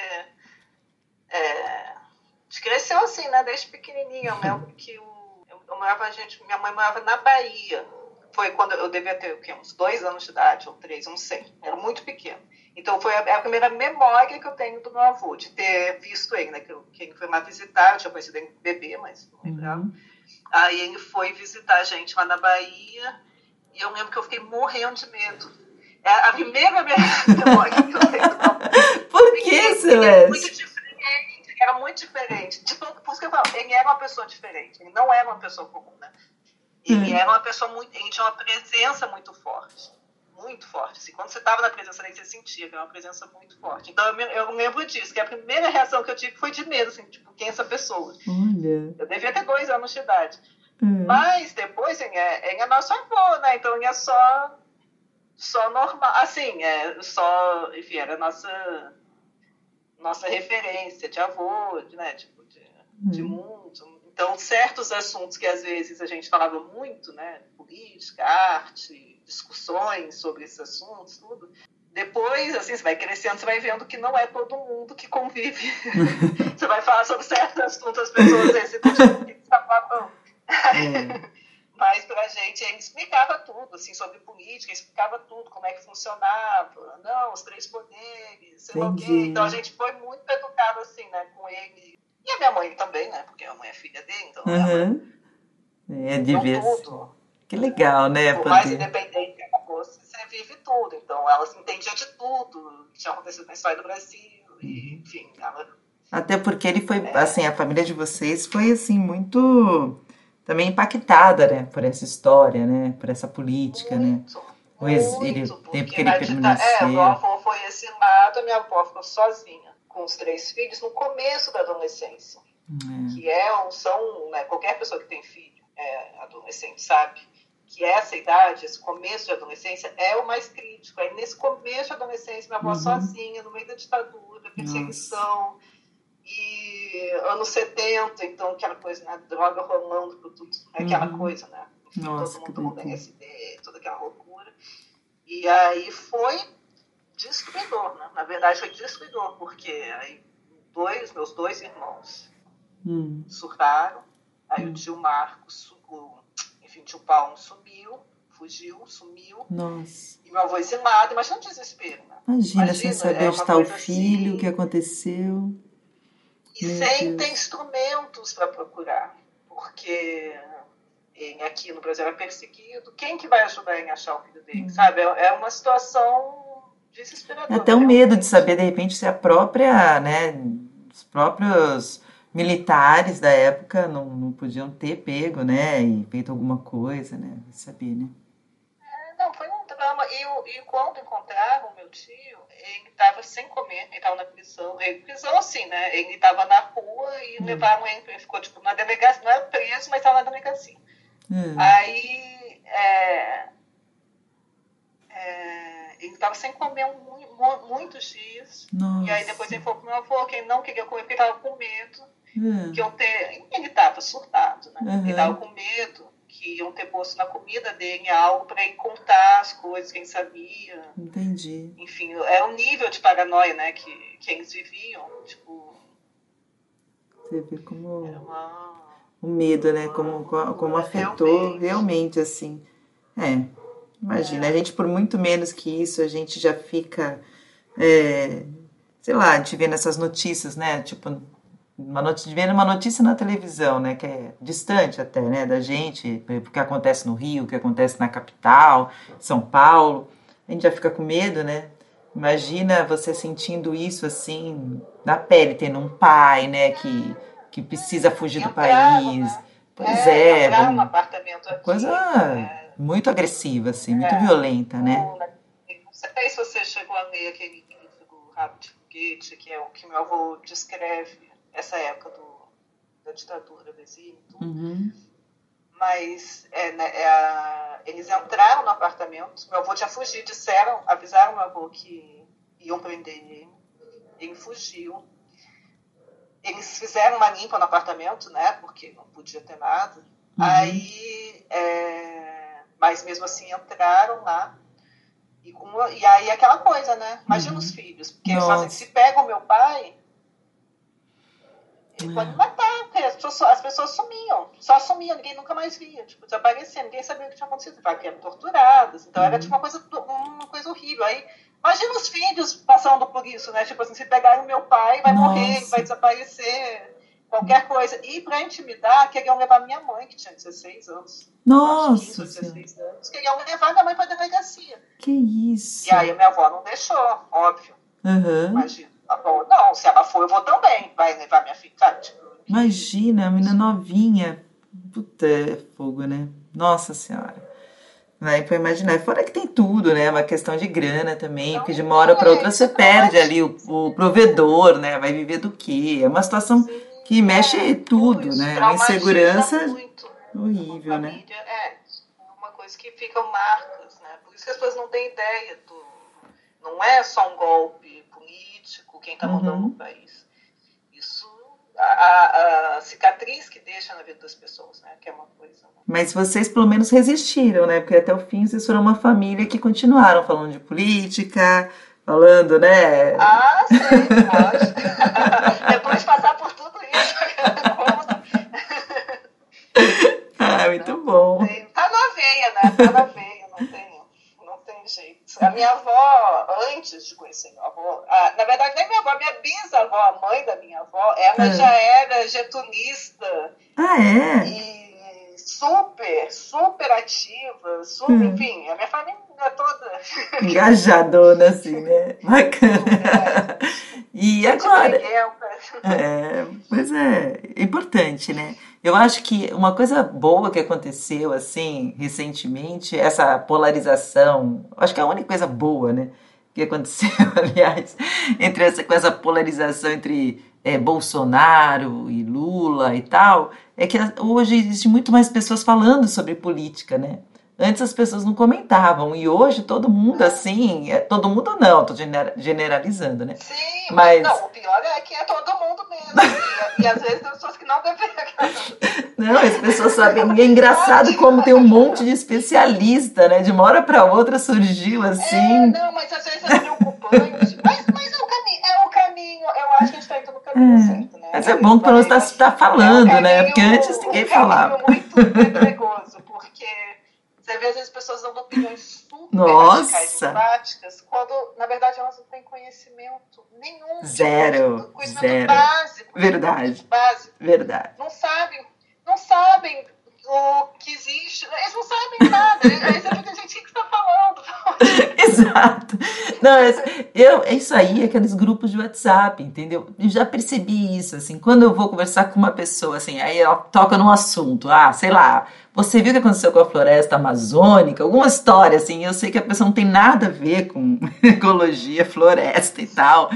é, a gente cresceu assim, né? Desde pequenininho. Eu lembro que eu, eu morava, a gente, minha mãe morava na Bahia. Foi quando eu devia ter o quê? Uns dois anos de idade, ou três, não sei. Era muito pequeno. Então, foi a, a primeira memória que eu tenho do meu avô, de ter visto ele, né? Que, eu, que ele foi lá visitar, eu tinha conhecido ele bebê, mas não lembrava. Uhum. Aí ele foi visitar a gente lá na Bahia, e eu lembro que eu fiquei morrendo de medo. É a primeira memória que eu tenho do meu avô. Por que, Celeste? Muito diferente, era muito diferente. Tipo, por isso que eu falo, ele era uma pessoa diferente, ele não era uma pessoa comum, né? Ele uhum. era uma pessoa muito, ele tinha uma presença muito forte. Muito forte. Assim, quando você estava na presença dele, você sentia que era uma presença muito forte. Então, eu, eu lembro disso, que a primeira reação que eu tive foi de medo, assim, tipo, quem é essa pessoa? Olha. Eu devia ter dois anos de idade. Hum. Mas, depois, ele é, ele é nosso avô, né? Então, ele é só, só normal. Assim, é só, enfim, era nossa, nossa referência de avô, de, né? Tipo, de, hum. de mundo. Então, certos assuntos que, às vezes, a gente falava muito, né? Política, arte... discussões sobre esses assuntos, tudo. Depois, assim, você vai crescendo, você vai vendo que não é todo mundo que convive. Você vai falar sobre certos assuntos, as pessoas esse tipo que está falando. É. Mas pra gente, ele explicava tudo, assim, sobre política, ele explicava tudo, como é que funcionava, não, os três poderes, sei lá o quê. Então a gente foi muito educado, assim, né, com ele. E a minha mãe também, né, porque a mãe é filha dele, então uhum. ela... É, devia então, tudo. Que legal, né? Por poder... mais independente que ela fosse, você vive tudo. Então, ela se entendia de tudo que tinha acontecido na história do Brasil. E, enfim, ela... Até porque ele foi, é... assim, a família de vocês foi, assim, muito também impactada, né? Por essa história, né? Por essa política, muito, né? O ex... ele, muito, o tempo que ele permaneceu. É, meu avô foi exilado, a minha avó ficou sozinha, com os três filhos, no começo da adolescência. É. Que é, são, né, qualquer pessoa que tem filho, é adolescente, sabe? Que essa idade, esse começo de adolescência, é o mais crítico. Aí, nesse começo de adolescência, minha avó uhum. sozinha, no meio da ditadura, perseguição, Nossa. E anos setenta, então, aquela coisa, né, droga rolando por tudo, aquela uhum. coisa, né, Nossa, todo mundo com L S D, toda aquela loucura. E aí foi destruidor, né, na verdade foi destruidor, porque aí dois, meus dois irmãos uhum. surtaram, aí uhum. o tio Marcos, o Enfim, tio Paulo subiu, fugiu, sumiu. Nossa. E meu avô exilado. Imagina um desespero, né? Imagina, Imagina sem saber é onde está o filho, assim, o que aconteceu. E meu sem Deus. ter instrumentos para procurar. Porque ele aqui no Brasil era perseguido. Quem que vai ajudar ele a achar o filho dele, hum. sabe? É uma situação desesperadora. Até o realmente. medo de saber, de repente, se a própria, né, os próprios... militares da época não, não podiam ter pego, né, e feito alguma coisa, né, saber, né. É, não, foi um drama, e, e quando encontraram o meu tio, ele estava sem comer, ele estava na prisão, ele, prisão assim, né, ele estava na rua e hum. levaram ele, ele ficou, tipo, na delegacia, não era preso, mas estava na delegacia. Hum. Aí, é, é, ele estava sem comer um, um, muitos dias, Nossa. E aí depois ele falou pro meu avô que ele não queria comer, porque ele estava com medo, Hum. que eu ter, ele estava surtado, né? Uhum. Ele estava com medo que iam ter posto na comida dele algo para ele contar as coisas que ele sabia. Entendi. Enfim, é o nível de paranoia, né, que, que eles viviam, tipo... Você vê como... Era uma... O medo, né, como, como afetou realmente. realmente, assim. É, imagina, é. a gente por muito menos que isso, a gente já fica, é, sei lá, a gente vê nessas notícias, né, tipo... Uma notícia, vendo uma notícia na televisão, né, que é distante até, né, da gente, o que acontece no Rio, o que acontece na capital, São Paulo, a gente já fica com medo, né? Imagina você sentindo isso assim na pele, tendo um pai, né, que, que precisa fugir do país. Né? Pois é, é um apartamento aqui, coisa é, muito agressiva, assim, muito é, violenta, né? Não sei se você chegou a ler aquele cabo de foguete, que é o que meu avô descreve, essa época do, da ditadura do exílio e tudo. Uhum. Mas é, né, é a, eles entraram no apartamento, meu avô tinha fugido, disseram, avisaram meu avô que iam prender ele, ele fugiu. Eles fizeram uma limpa no apartamento, né, porque não podia ter nada. Uhum. Aí, é, mas mesmo assim entraram lá. E, com, e aí aquela coisa, né, imagina uhum. os filhos, porque eles fazem, se pegam o meu pai... Ele pode matar, porque as pessoas, as pessoas sumiam, só sumiam, ninguém nunca mais via, tipo, desaparecia, ninguém sabia o que tinha acontecido, porque eram torturadas, então uhum. era tipo uma coisa, uma coisa horrível. Aí, imagina os filhos passando por isso, né? Tipo assim, se pegarem o meu pai, vai Nossa. morrer, vai desaparecer, qualquer coisa. E pra intimidar, queriam levar minha mãe, que tinha dezesseis anos. Nossa! quinze, dezesseis anos. Queriam levar minha mãe pra delegacia. Que isso? E aí minha avó não deixou, óbvio. Uhum. Imagina. Não, se ela for, eu vou também. Vai levar minha filha. Sabe? Tipo, imagina, a menina novinha. Puta, é fogo, né? Nossa Senhora. Vai pra imaginar. Fora que tem tudo, né? Uma questão de grana também. Não, porque de uma hora para outra você perde ali o, o provedor, né? Vai viver do quê? É uma situação Sim, que mexe é, tudo, isso, né? Uma insegurança muito. horrível, família, né? É, uma coisa que ficam marcas, né? Por isso que as pessoas não têm ideia do... Não é só um golpe político, quem está mandando uhum. no país. Isso, a, a, a cicatriz que deixa na vida das pessoas, né? Que é uma coisa... Né? Mas vocês pelo menos resistiram, né? Porque até o fim vocês foram uma família que continuaram falando de política, falando, né? Ah, sim, pode. Depois de passar por tudo isso, ah, muito bom. Tem, tá na veia, né? Tá na veia, não tem... jeito. A minha avó, antes de conhecer minha avó, a, na verdade nem minha avó, minha bisavó, a mãe da minha avó, ela é. já era getulista. Ah, é? E super, super ativa, super, hum. enfim, a minha família é toda... engajadona, assim, né? Bacana. É. E agora... É, pois é, importante, né? Eu acho que uma coisa boa que aconteceu, assim, recentemente, essa polarização, acho que é a única coisa boa, né, que aconteceu, aliás, entre essa, com essa polarização entre é, Bolsonaro e Lula e tal, é que hoje existe muito mais pessoas falando sobre política, né? Antes as pessoas não comentavam, e hoje todo mundo, assim, é, todo mundo não, tô generalizando, né? Sim, mas, mas não, o pior é que é todo mundo mesmo, e, e às vezes tem pessoas que não deveriam. Não, as pessoas sabem, e é engraçado como tem um monte de especialista, né? De uma hora para outra surgiu, assim... É, não, mas às vezes é preocupante, mas, mas é o caminho, é o caminho, eu acho que a gente está indo no caminho é, certo, né? Mas é bom que pelo menos está tá falando, é um caminho, né? Porque antes ninguém um falava. É um caminho muito perigoso, porque... Você vê, às vezes, pessoas dando opiniões super Nossa. radicais e práticas, quando, na verdade, elas não têm conhecimento nenhum. Zero. Tipo, conhecimento Zero. básico. Verdade. Básico. Verdade. Não sabem, não sabem o que existe. Eles não sabem nada. Aí você fica, gente, o que você está falando? Exato. Não, eu, é isso aí, aqueles grupos de WhatsApp, entendeu? Eu já percebi isso, assim, quando eu vou conversar com uma pessoa, assim, aí ela toca num assunto, ah, sei lá, você viu o que aconteceu com a floresta amazônica? Alguma história, assim, eu sei que a pessoa não tem nada a ver com ecologia, floresta e tal.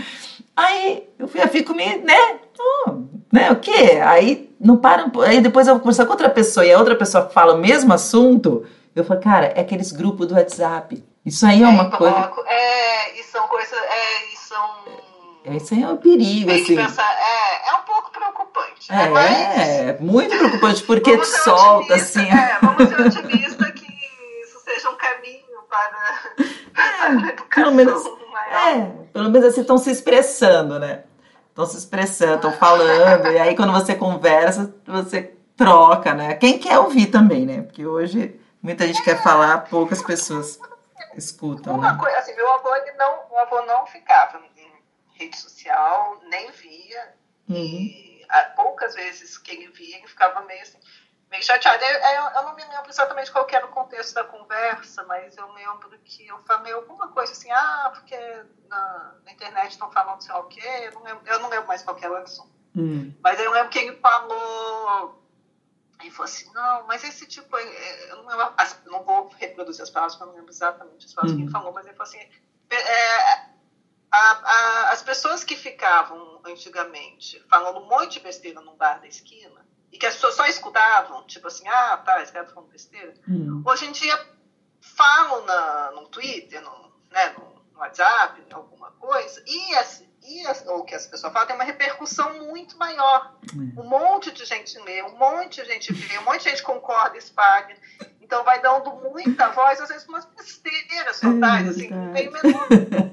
Aí eu fico meio, né, oh, né, o quê? Aí não para, aí depois eu vou conversar com outra pessoa e a outra pessoa fala o mesmo assunto, eu falo, cara, é aqueles grupos do WhatsApp. Isso aí é, é uma coisa... É, e são coisas... É, e são... É, isso aí é um perigo, assim. Pensar, é, é um pouco preocupante. É, né? Mas... muito preocupante, porque solta, assim... É, vamos ser otimistas que isso seja um caminho para, para a educação pelo menos, maior. É, pelo menos assim, estão se expressando, né? Estão se expressando, estão falando, e aí quando você conversa, você troca, né? Quem quer ouvir também, né? Porque hoje muita gente quer falar, poucas pessoas escutam, Uma né? coisa, assim, meu avô, ele não, meu avô não ficava em rede social, nem via, uhum. e a, poucas vezes que ele via, ele ficava meio assim, meio chateado. Eu, eu, eu não me lembro exatamente qual que era o contexto da conversa, mas eu lembro que eu falei alguma coisa assim, ah, porque na, na internet estão falando sei lá o quê, eu não lembro, eu não lembro mais qual que era o assunto. Uhum. Mas eu lembro que ele falou... Ele falou assim, não, mas esse tipo, eu não, lembro, não vou reproduzir as palavras, porque eu não lembro exatamente as palavras uhum. que ele falou, mas ele falou assim, é, a, a, pessoas que ficavam antigamente falando um monte de besteira num bar da esquina, e que as pessoas só escutavam, tipo assim, ah, tá, esse cara tá falando besteira, hum. hoje em dia falam na, no Twitter, no, né, no, no WhatsApp, alguma coisa, e, as, e as, o que as pessoas falam tem uma repercussão muito maior. Hum. Um monte de gente lê, um monte de gente vê, um monte de gente concorda, espalha. Então vai dando muita voz, às vezes umas besteiras totais, é, assim, não tem o menor.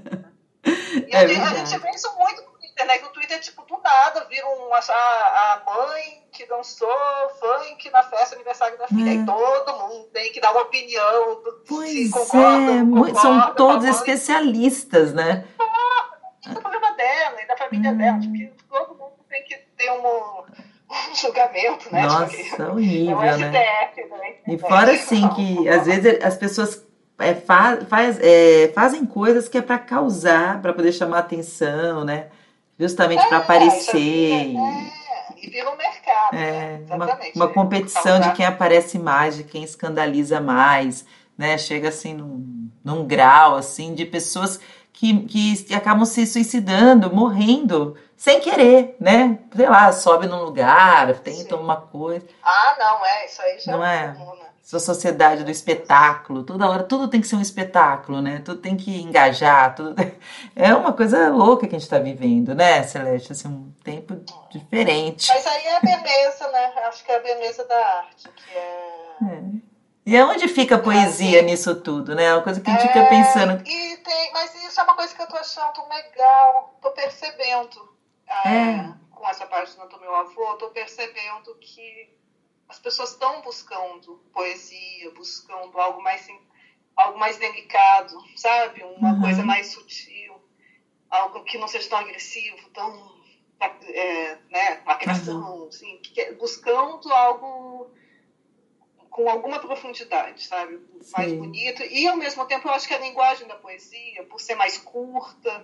E é a, gente, a gente vê isso muito no Twitter, né? Que o Twitter, tipo, do nada, vira um, a, a mãe que dançou funk na festa aniversário da filha. É. E todo mundo tem que dar uma opinião. Pois se concorda, é, concorda, são todos especialistas, né? Isso é o problema dela e da família hum. dela. Porque todo mundo tem que ter um, um julgamento, né? Nossa, tipo, horrível, é né? um S T F, né? E fora, assim, que às vezes as pessoas... É, faz, faz, é, fazem coisas que é para causar, para poder chamar atenção, né? Justamente é, para aparecer. É, e vira um mercado. É, né? uma, uma competição de quem aparece mais, de quem escandaliza mais, né? Chega assim num, num grau assim de pessoas que, que acabam se suicidando, morrendo, sem querer, né? Sei lá, sobe num lugar, tenta Sim. uma coisa. Ah, não, é, isso aí já não é. Comum, né? Essa sociedade do espetáculo, toda hora, tudo tem que ser um espetáculo, né? Tudo tem que engajar, tudo... É uma coisa louca que a gente está vivendo, né, Celeste? Assim, um tempo diferente. Mas aí é a beleza, né? Acho que é a beleza da arte, que é... é. E aonde fica a poesia é, nisso tudo, né? É uma coisa que a gente é, fica pensando... E tem, mas isso é uma coisa que eu tô achando legal, tô percebendo. É, é. Com essa página do meu avô, tô percebendo que as pessoas estão buscando poesia, buscando algo mais, algo mais delicado, sabe? Uma uhum. coisa mais sutil, algo que não seja tão agressivo, tão, é, né, lacração, uhum. assim, que, buscando algo com alguma profundidade, sabe? Sim. Mais bonito. E, ao mesmo tempo, eu acho que a linguagem da poesia, por ser mais curta,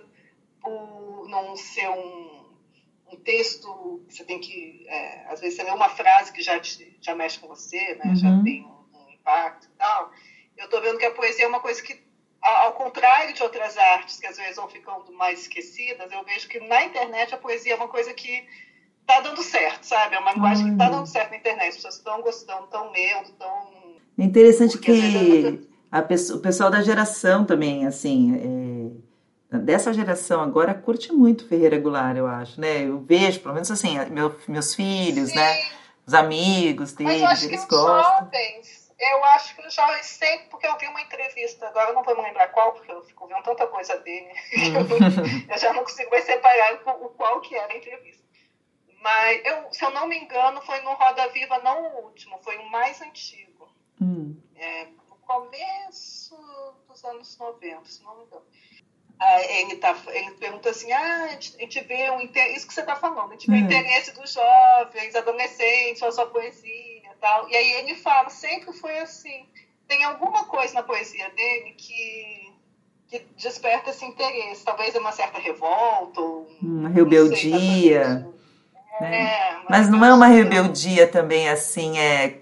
por não ser um... um texto, você tem que, é, às vezes você lê uma frase que já, te, já mexe com você, né? Uhum. Já tem um, um impacto e tal. Eu estou vendo que a poesia é uma coisa que, ao, ao contrário de outras artes, que às vezes vão ficando mais esquecidas, eu vejo que na internet a poesia é uma coisa que está dando certo, sabe? É uma linguagem uhum. que está dando certo na internet. As pessoas estão gostando, estão lendo, estão... É interessante Porque, que a pessoa, o pessoal da geração também, assim... É... dessa geração agora curte muito Ferreira Goulart, eu acho, né? Eu vejo, pelo menos assim, meu, meus filhos, Sim. né? Os amigos deles, Mas eu acho eles que gostam. Os jovens, eu acho que os jovens sempre, porque eu vi uma entrevista, agora eu não vou me lembrar qual, porque eu fico vendo tanta coisa dele, hum. eu já não consigo mais separar o qual que era a entrevista. Mas, eu, se eu não me engano, foi no Roda Viva, não o último, foi o mais antigo. Hum. É, no começo dos anos noventa, se não me engano. Ah, ele, tá, ele pergunta assim, ah, a gente vê um interesse, isso que você está falando, a gente vê o hum. interesse dos jovens, adolescentes, a sua poesia e tal. E aí ele fala, sempre foi assim. Tem alguma coisa na poesia dele que, que desperta esse interesse. Talvez é uma certa revolta, ou, uma rebeldia. Né? É, mas, mas não é uma rebeldia também assim, é,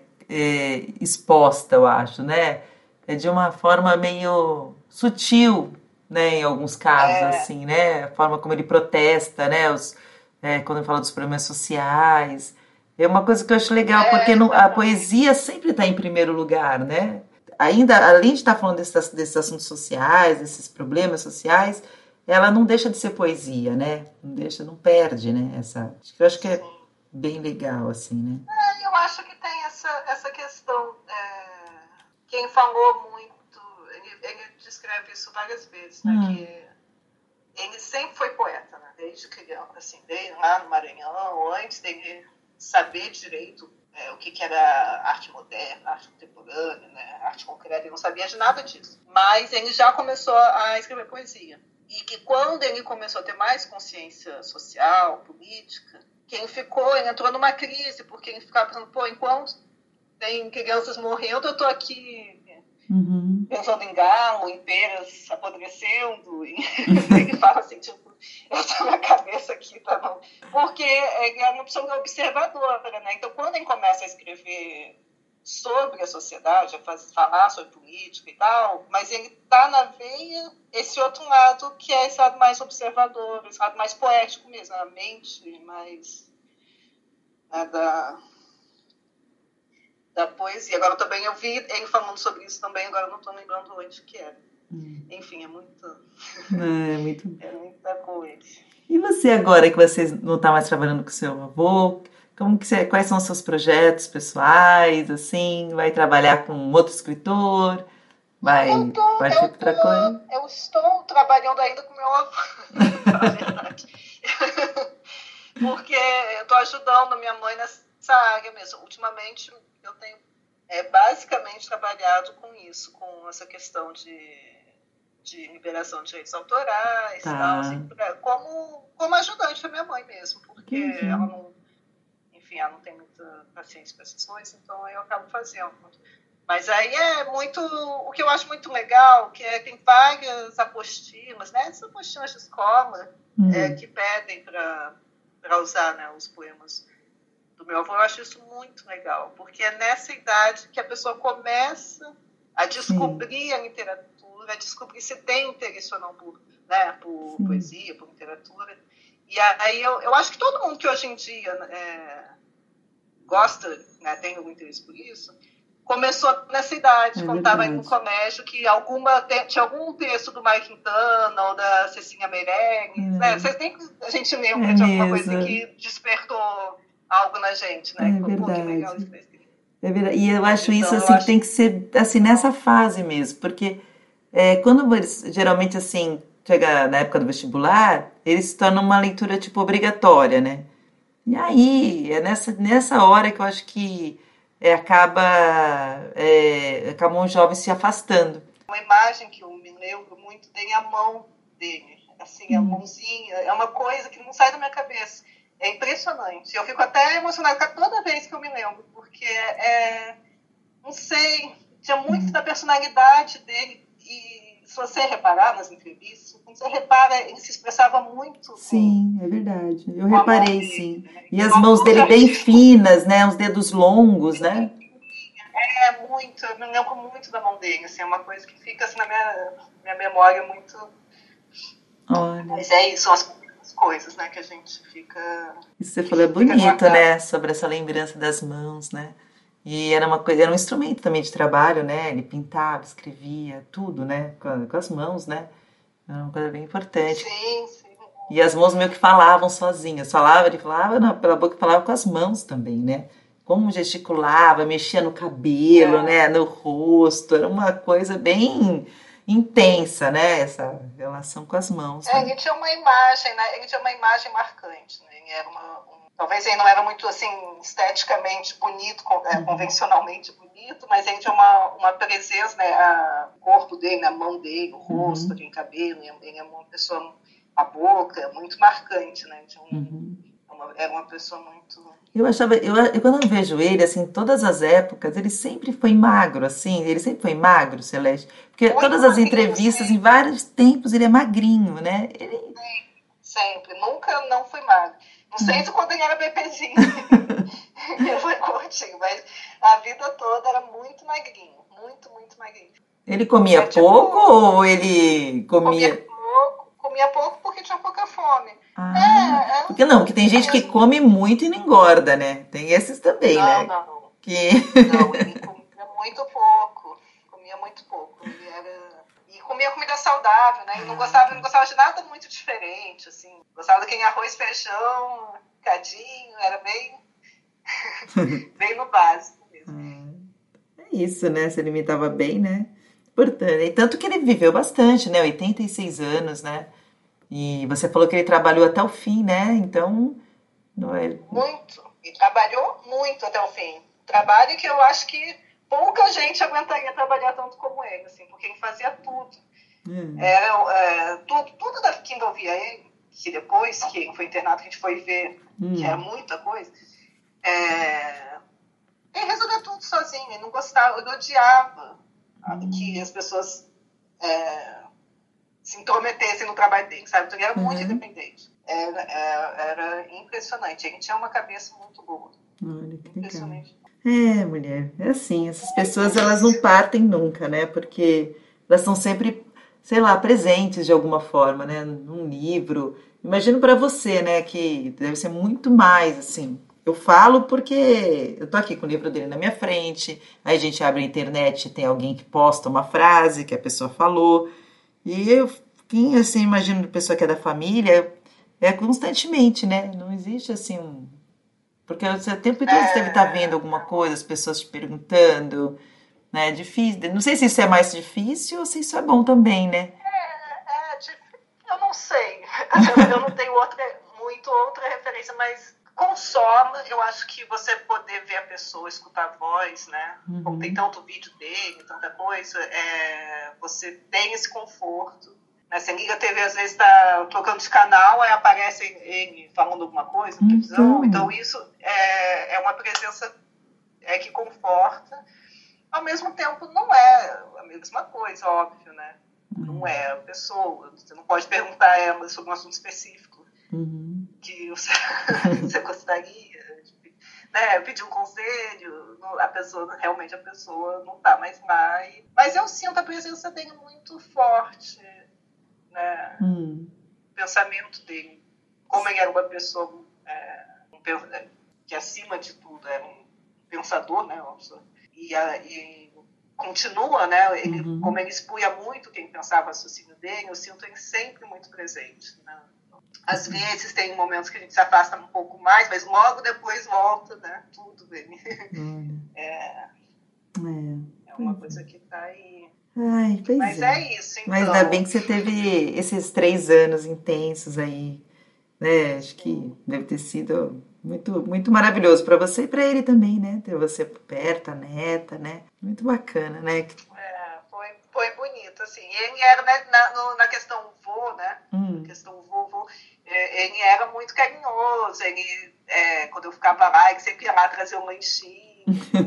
é exposta, eu acho, né? É de uma forma meio sutil, né, em alguns casos, é. assim, né, a forma como ele protesta, né, os, é, quando ele fala dos problemas sociais, é uma coisa que eu acho legal, é, porque não, a poesia sempre está em primeiro lugar, né, ainda, além de estar tá falando desses, desses assuntos sociais, desses problemas sociais, ela não deixa de ser poesia, né, não deixa, não perde, né, essa, eu acho que é bem legal, assim, né. É, eu acho que tem essa, essa questão, é, quem falou muito, ele descreve isso várias vezes, né? Hum. Que ele sempre foi poeta, né? Desde criança, assim, desde lá no Maranhão, antes dele saber direito é, o que, que era arte moderna, arte contemporânea, né? Arte concreta, ele não sabia de nada disso. Mas ele já começou a escrever poesia. E que quando ele começou a ter mais consciência social, política, quem ficou, ele entrou numa crise, porque ele ficava pensando, pô, enquanto tem crianças morrendo, eu tô aqui... Uhum. pensando em galo, em peras apodrecendo, e ele fala assim, tipo, eu tô na cabeça aqui, tá não. Porque ele é uma pessoa observadora, né? Então, quando ele começa a escrever sobre a sociedade, a fazer, falar sobre política e tal, mas ele está na veia esse outro lado, que é esse lado mais observador, esse lado mais poético mesmo, a mente mais né, da, da poesia. Agora também eu vi ele falando sobre isso também, agora eu não estou lembrando onde que era. Hum. Enfim, é muito... É, muito... é muita coisa. E você agora que você não está mais trabalhando com seu avô, como que você, quais são os seus projetos pessoais, assim, vai trabalhar com outro escritor, vai tô, partir para outra coisa? Eu estou trabalhando ainda com meu avô, na verdade. Porque eu estou ajudando minha mãe nessa área mesmo. Ultimamente eu tenho é, basicamente trabalhado com isso, com essa questão de... de liberação de direitos autorais, tá. tal, assim, pra, como, como ajudante da minha mãe mesmo, porque uhum. ela não, enfim, ela não tem muita paciência para essas coisas, então eu acabo fazendo. Mas aí é muito, o que eu acho muito legal, que é, tem várias apostilas, né, essas apostilas de escola uhum. é, que pedem para usar, né, os poemas do meu avô. Eu acho isso muito legal, porque é nessa idade que a pessoa começa a descobrir Sim. a literatura, a descobrir se tem interesse ou não por, né, por Sim. poesia, por literatura. E aí eu, eu acho que todo mundo que hoje em dia é, gosta, né, tem algum interesse por isso, começou nessa idade, é quando estava no colégio, que alguma, tinha algum texto do Mário Quintana ou da Cecinha Meirelles, é. né? Vocês nem, a gente lembra é de alguma mesmo. coisa que despertou algo na gente, né? É Pô, verdade. que legal isso que É verdade. E eu acho então, isso assim, eu acho... que tem que ser assim, nessa fase mesmo, porque é, quando eles, geralmente assim, chega na época do vestibular, eles se tornam uma leitura tipo obrigatória, né? E aí, é nessa, nessa hora que eu acho que é, acaba, é, acabam os jovens se afastando. Uma imagem que eu me lembro muito tem a mão dele, assim, hum. a mãozinha, é uma coisa que não sai da minha cabeça. É impressionante. Eu fico até emocionada toda vez que eu me lembro, porque é, não sei, tinha muito hum. da personalidade dele. E se você reparar nas entrevistas, quando você repara, ele se expressava muito. Sim, com, é verdade. Eu reparei, dele, sim. Né? E as mãos dele bem finas, né? Os dedos longos, né? É, muito. Eu me lembro muito da mão dele. Assim, é uma coisa que fica assim, na minha, minha memória muito... Olha. Mas é isso, são as coisas, né? Que a gente fica... Isso você falou é bonito, né? Sobre essa lembrança das mãos, né? E era uma coisa, era um instrumento também de trabalho, né? Ele pintava, escrevia, tudo, né? Com, com as mãos, né? Era uma coisa bem importante. Sim, sim. E as mãos meio que falavam sozinhas. Falava, ele falava não, pela boca, falava com as mãos também, né? Como gesticulava, mexia no cabelo, é. né? No rosto. Era uma coisa bem intensa, né? Essa relação com as mãos. É, né? Ele tinha uma imagem, né? Ele tinha uma imagem marcante, né? Ele era uma... Um... Talvez ele não era muito, assim, esteticamente bonito, convencionalmente bonito, mas ele tinha uma, uma presença, né? A, o corpo dele, a mão dele, o rosto, uhum. o cabelo, ele é uma pessoa, a boca, muito marcante, né? Tinha um, uhum. uma, era uma pessoa muito... Eu achava, eu, eu quando eu vejo ele, assim, todas as épocas, ele sempre foi magro, assim, ele sempre foi magro, Celeste, porque muito todas as entrevistas, sim. em vários tempos, ele é magrinho, né? Ele... Sim, sempre, nunca não foi magro. Não sei se quando ele era bebezinho, ele foi curtinho, mas a vida toda era muito magrinho, muito, muito magrinho. Ele comia é, pouco tipo, ou ele comia... Comia pouco, comia pouco porque tinha pouca fome. Ah, é, é, porque não, porque tem gente que come muito e não engorda, né? Tem esses também, não, né? Não, não. Que... Não, ele comia muito pouco, comia muito pouco. Ele era... E comia comida saudável, né? E não gostava, não gostava de nada muito diferente, assim. Gostava daquele arroz, feijão, picadinho, era bem, bem no básico mesmo. É isso, né? Se alimentava bem, né? Portanto, e tanto que ele viveu bastante, né? oitenta e seis anos, né? E você falou que ele trabalhou até o fim, né? Então, não é... Muito. E trabalhou muito até o fim. Trabalho que eu acho que pouca gente aguentaria trabalhar tanto como ele, assim, porque ele fazia tudo. Hum. Era, é, tudo, tudo que envolvia ele, que depois que ele foi internado, que a gente foi ver, hum. que era muita coisa, é, ele resolvia tudo sozinho, ele não gostava, ele odiava hum. que as pessoas é, se intrometessem no trabalho dele, sabe? Então ele era hum. muito independente. Era, era, era impressionante, ele tinha uma cabeça muito boa. Olha, que impressionante. Legal. É, mulher, é assim, essas pessoas elas não partem nunca, né? Porque elas são sempre, sei lá, presentes de alguma forma, né? Num livro. Imagino para você, né, que deve ser muito mais assim. Eu falo porque eu tô aqui com o livro dele na minha frente, aí a gente abre a internet, tem alguém que posta uma frase que a pessoa falou, e eu, quem assim, imagino pessoa que é da família, é constantemente, né? Não existe assim um porque você o tempo todo você deve estar vendo alguma coisa, as pessoas te perguntando, né? É difícil. Não sei se isso é mais difícil ou se isso é bom também, né? É, é, eu não sei. Eu não tenho outra, muito outra referência, mas consome, eu acho que você poder ver a pessoa, escutar a voz, né? Uhum. Como tem tanto vídeo dele, tanta coisa, é, você tem esse conforto. Né? Você liga a T V, às vezes está trocando de canal, aí aparece ele falando alguma coisa na televisão. Uhum. Então isso é, é uma presença é, que conforta. Ao mesmo tempo, não é a mesma coisa, óbvio, né? Uhum. Não é a pessoa. Você não pode perguntar a ela sobre um assunto específico. Uhum. Que você, você gostaria, de, né, pedir um conselho, a pessoa, realmente a pessoa não está mais lá. E, mas eu sinto a presença dele muito forte, né, hum. O pensamento dele, como ele era uma pessoa é, um, que acima de tudo era um pensador, né, e, a, e continua, né, ele, uhum. Como ele expunha muito quem pensava o raciocínio dele, eu sinto ele sempre muito presente, né. Às vezes tem momentos que a gente se afasta um pouco mais, mas logo depois volta, né? Tudo bem. Hum. É, é, é uma coisa que está aí. Ai, pois mas é. é isso, então. Mas ainda bem que você teve esses três anos intensos aí, né? Acho que deve ter sido muito, muito maravilhoso para você e para ele também, né? Ter você perto, a neta, né? Muito bacana, né? É, foi, foi bonito, assim. Ele era, né, na, na questão vô, né? Hum. Na questão vô, vô, ele era muito carinhoso, ele, é, quando eu ficava lá, ele sempre ia lá trazer um lanchinho.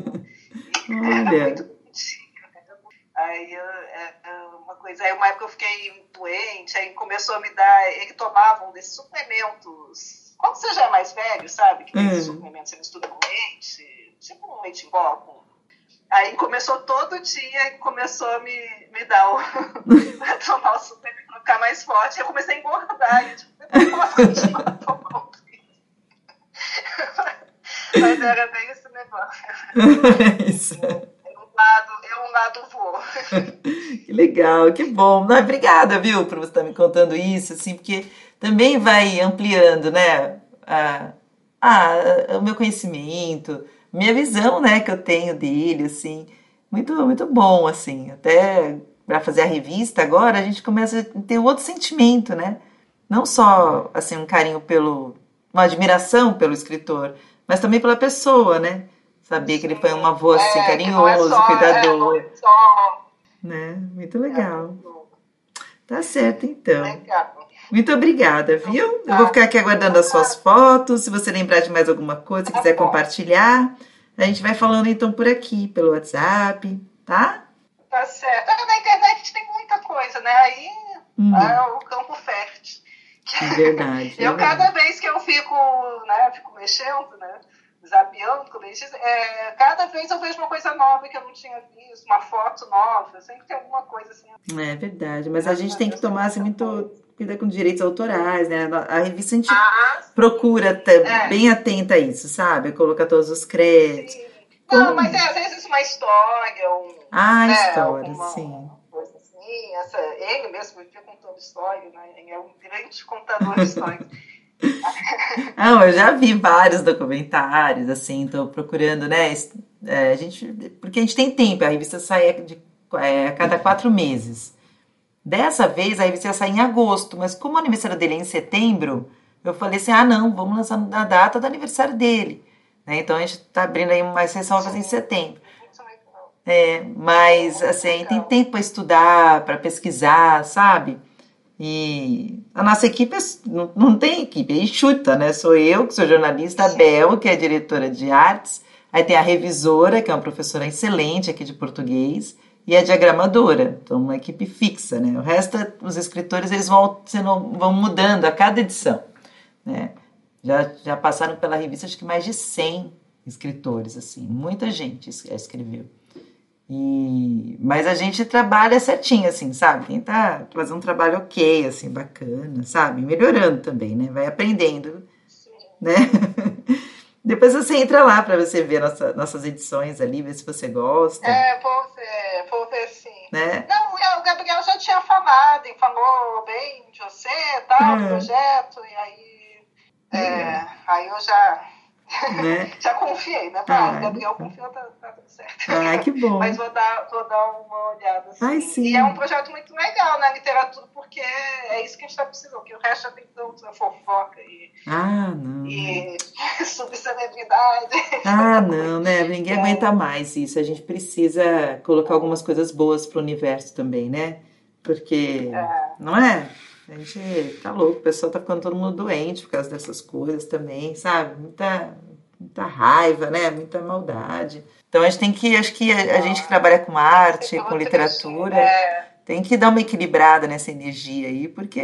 Era muito bonitinho. Aí, é, uma coisa, aí uma época eu fiquei doente, aí começou a me dar, ele tomava um desses suplementos, quando você já é mais velho, sabe, que tem esses suplementos, você mistura com leite, tipo um leite em pó, com... Aí começou todo dia e começou a me, me dar o... a tomar o suplemento para ficar mais forte. Eu comecei a engordar. E eu tipo, eu não posso continuar tomando isso. Mas era bem esse negócio. Isso. É um lado, é um lado vô. Que legal, que bom. Não, obrigada, viu, por você estar me contando isso, assim, porque também vai ampliando, né, a, a, o meu conhecimento, minha visão, né, que eu tenho dele, assim, muito, muito bom, assim, até para fazer a revista agora, a gente começa a ter outro sentimento, né, não só, assim, um carinho pelo, uma admiração pelo escritor, mas também pela pessoa, né, saber que ele foi um avô, assim, é, carinhoso, é só, cuidador, é, só... né, muito legal, é, tá certo, então. Legal. Muito obrigada, viu? Eu vou ficar aqui aguardando as suas fotos. Se você lembrar de mais alguma coisa, quiser compartilhar, a gente vai falando então por aqui, pelo WhatsApp, tá? Tá certo. Na internet tem muita coisa, né? Aí hum. é o campo fértil. É verdade. Eu, é cada verdade. vez que eu fico, né, fico mexendo, né? Zapeando, como eles dizem, é, cada vez eu vejo uma coisa nova que eu não tinha visto, uma foto nova, sempre tem alguma coisa assim. É verdade, mas a gente tem que tomar assim, muito cuidado com direitos autorais, né? A revista a gente ah, procura estar é. bem atenta a isso, sabe? Colocar todos os créditos. Sim. Não, Como... mas é, às vezes uma história, um, ah, né, história, alguma, sim. Coisa assim, essa, ele mesmo fica contando história, né? Ele é um grande contador de histórias. Não, eu já vi vários documentários, assim, tô procurando, né, é, a gente, porque a gente tem tempo, a revista sai de, é, a cada quatro meses. Dessa vez, a revista ia sair em agosto, mas como o aniversário dele é em setembro, eu falei assim, ah, não, vamos lançar na data do aniversário dele, né, então a gente tá abrindo aí mais ressalvas em setembro. É, mas, assim, tem tempo para estudar, para pesquisar, sabe? E a nossa equipe não, não tem equipe, é enxuta, né? Sou eu, que sou jornalista, a Bel, que é diretora de artes, aí tem a revisora, que é uma professora excelente aqui de português, e a diagramadora, então uma equipe fixa, né? O resto, os escritores, eles vão, sendo, vão mudando a cada edição, né? Já, já passaram pela revista, acho que mais de cem escritores, assim, muita gente escreveu. E, mas a gente trabalha certinho, assim, sabe? Tenta fazer um trabalho ok, assim, bacana, sabe? Melhorando também, né? Vai aprendendo, sim, né? Depois você entra lá para você ver nossa, nossas edições ali, ver se você gosta. É, vou ver, vou ver sim. Né? Não, o Gabriel já tinha falado, e falou bem de você, tal, do projeto, e aí, é, aí eu já... Né? Já confiei, né? Ah, o Gabriel confiou, tá, tá tudo certo. Ah, que bom. Mas vou dar, vou dar uma olhada assim. Ai, sim. E é um projeto muito legal na literatura, porque é isso que a gente está precisando, que o resto já tem tanta fofoca e, ah, não. e subcelebridade. Ah, não, né? Ninguém é. aguenta mais isso. A gente precisa colocar algumas coisas boas pro universo também, né? Porque, é. não é? A gente tá louco, o pessoal tá ficando todo mundo doente por causa dessas coisas também, sabe? Muita, muita raiva, né? Muita maldade. Então a gente tem que, acho que a, a gente que trabalha com arte, com literatura, é. tem que dar uma equilibrada nessa energia aí, porque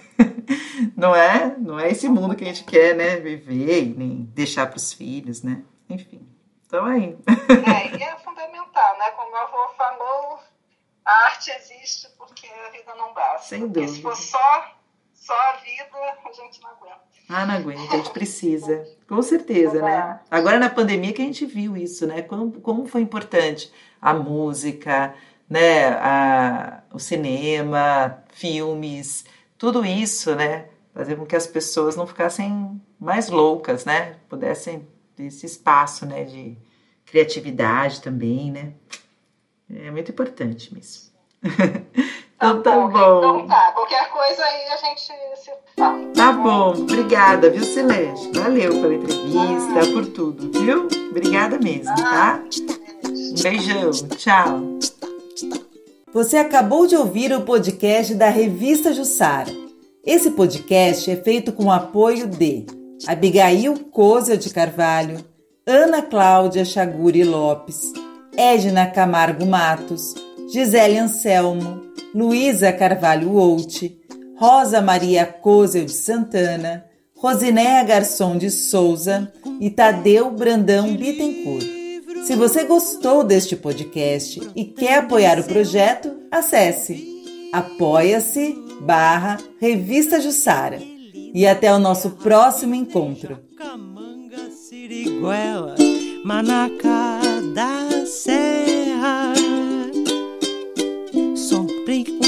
não é, não é esse mundo que a gente quer, né? Viver e nem deixar pros filhos, né? Enfim, então aí. É, e é fundamental, né? Como a avó falou, a arte existe porque a vida não basta. Sem dúvida. Porque se for só, só a vida, a gente não aguenta. Ah, não aguenta, a gente precisa. Com certeza, né? Agora na pandemia que a gente viu isso, né? Como, como foi importante a música, né? A, o cinema, filmes, tudo isso, né? Fazer com que as pessoas não ficassem mais loucas, né? Pudessem ter esse espaço, né? De criatividade também, né? É muito importante mesmo. Então tá, tá bom. Então tá, qualquer coisa aí a gente se fala. Tá bom, obrigada, viu, Celeste? Valeu pela entrevista, ah. por tudo, viu? Obrigada mesmo, ah. tá? Um beijão, tchau. Você acabou de ouvir o podcast da Revista Jussara. Esse podcast é feito com o apoio de Abigail Kozel de Carvalho, Ana Cláudia Chaguri Lopes, Edna Camargo Matos, Gisele Anselmo, Luísa Carvalho Out, Rosa Maria Kozel de Santana, Rosinéia Garçom de Souza e Tadeu Brandão Bittencourt. Se você gostou deste podcast e quer apoiar o projeto, acesse apoia-se barra Revista Jussara. E até o nosso próximo encontro. Manacá da Serra, sofri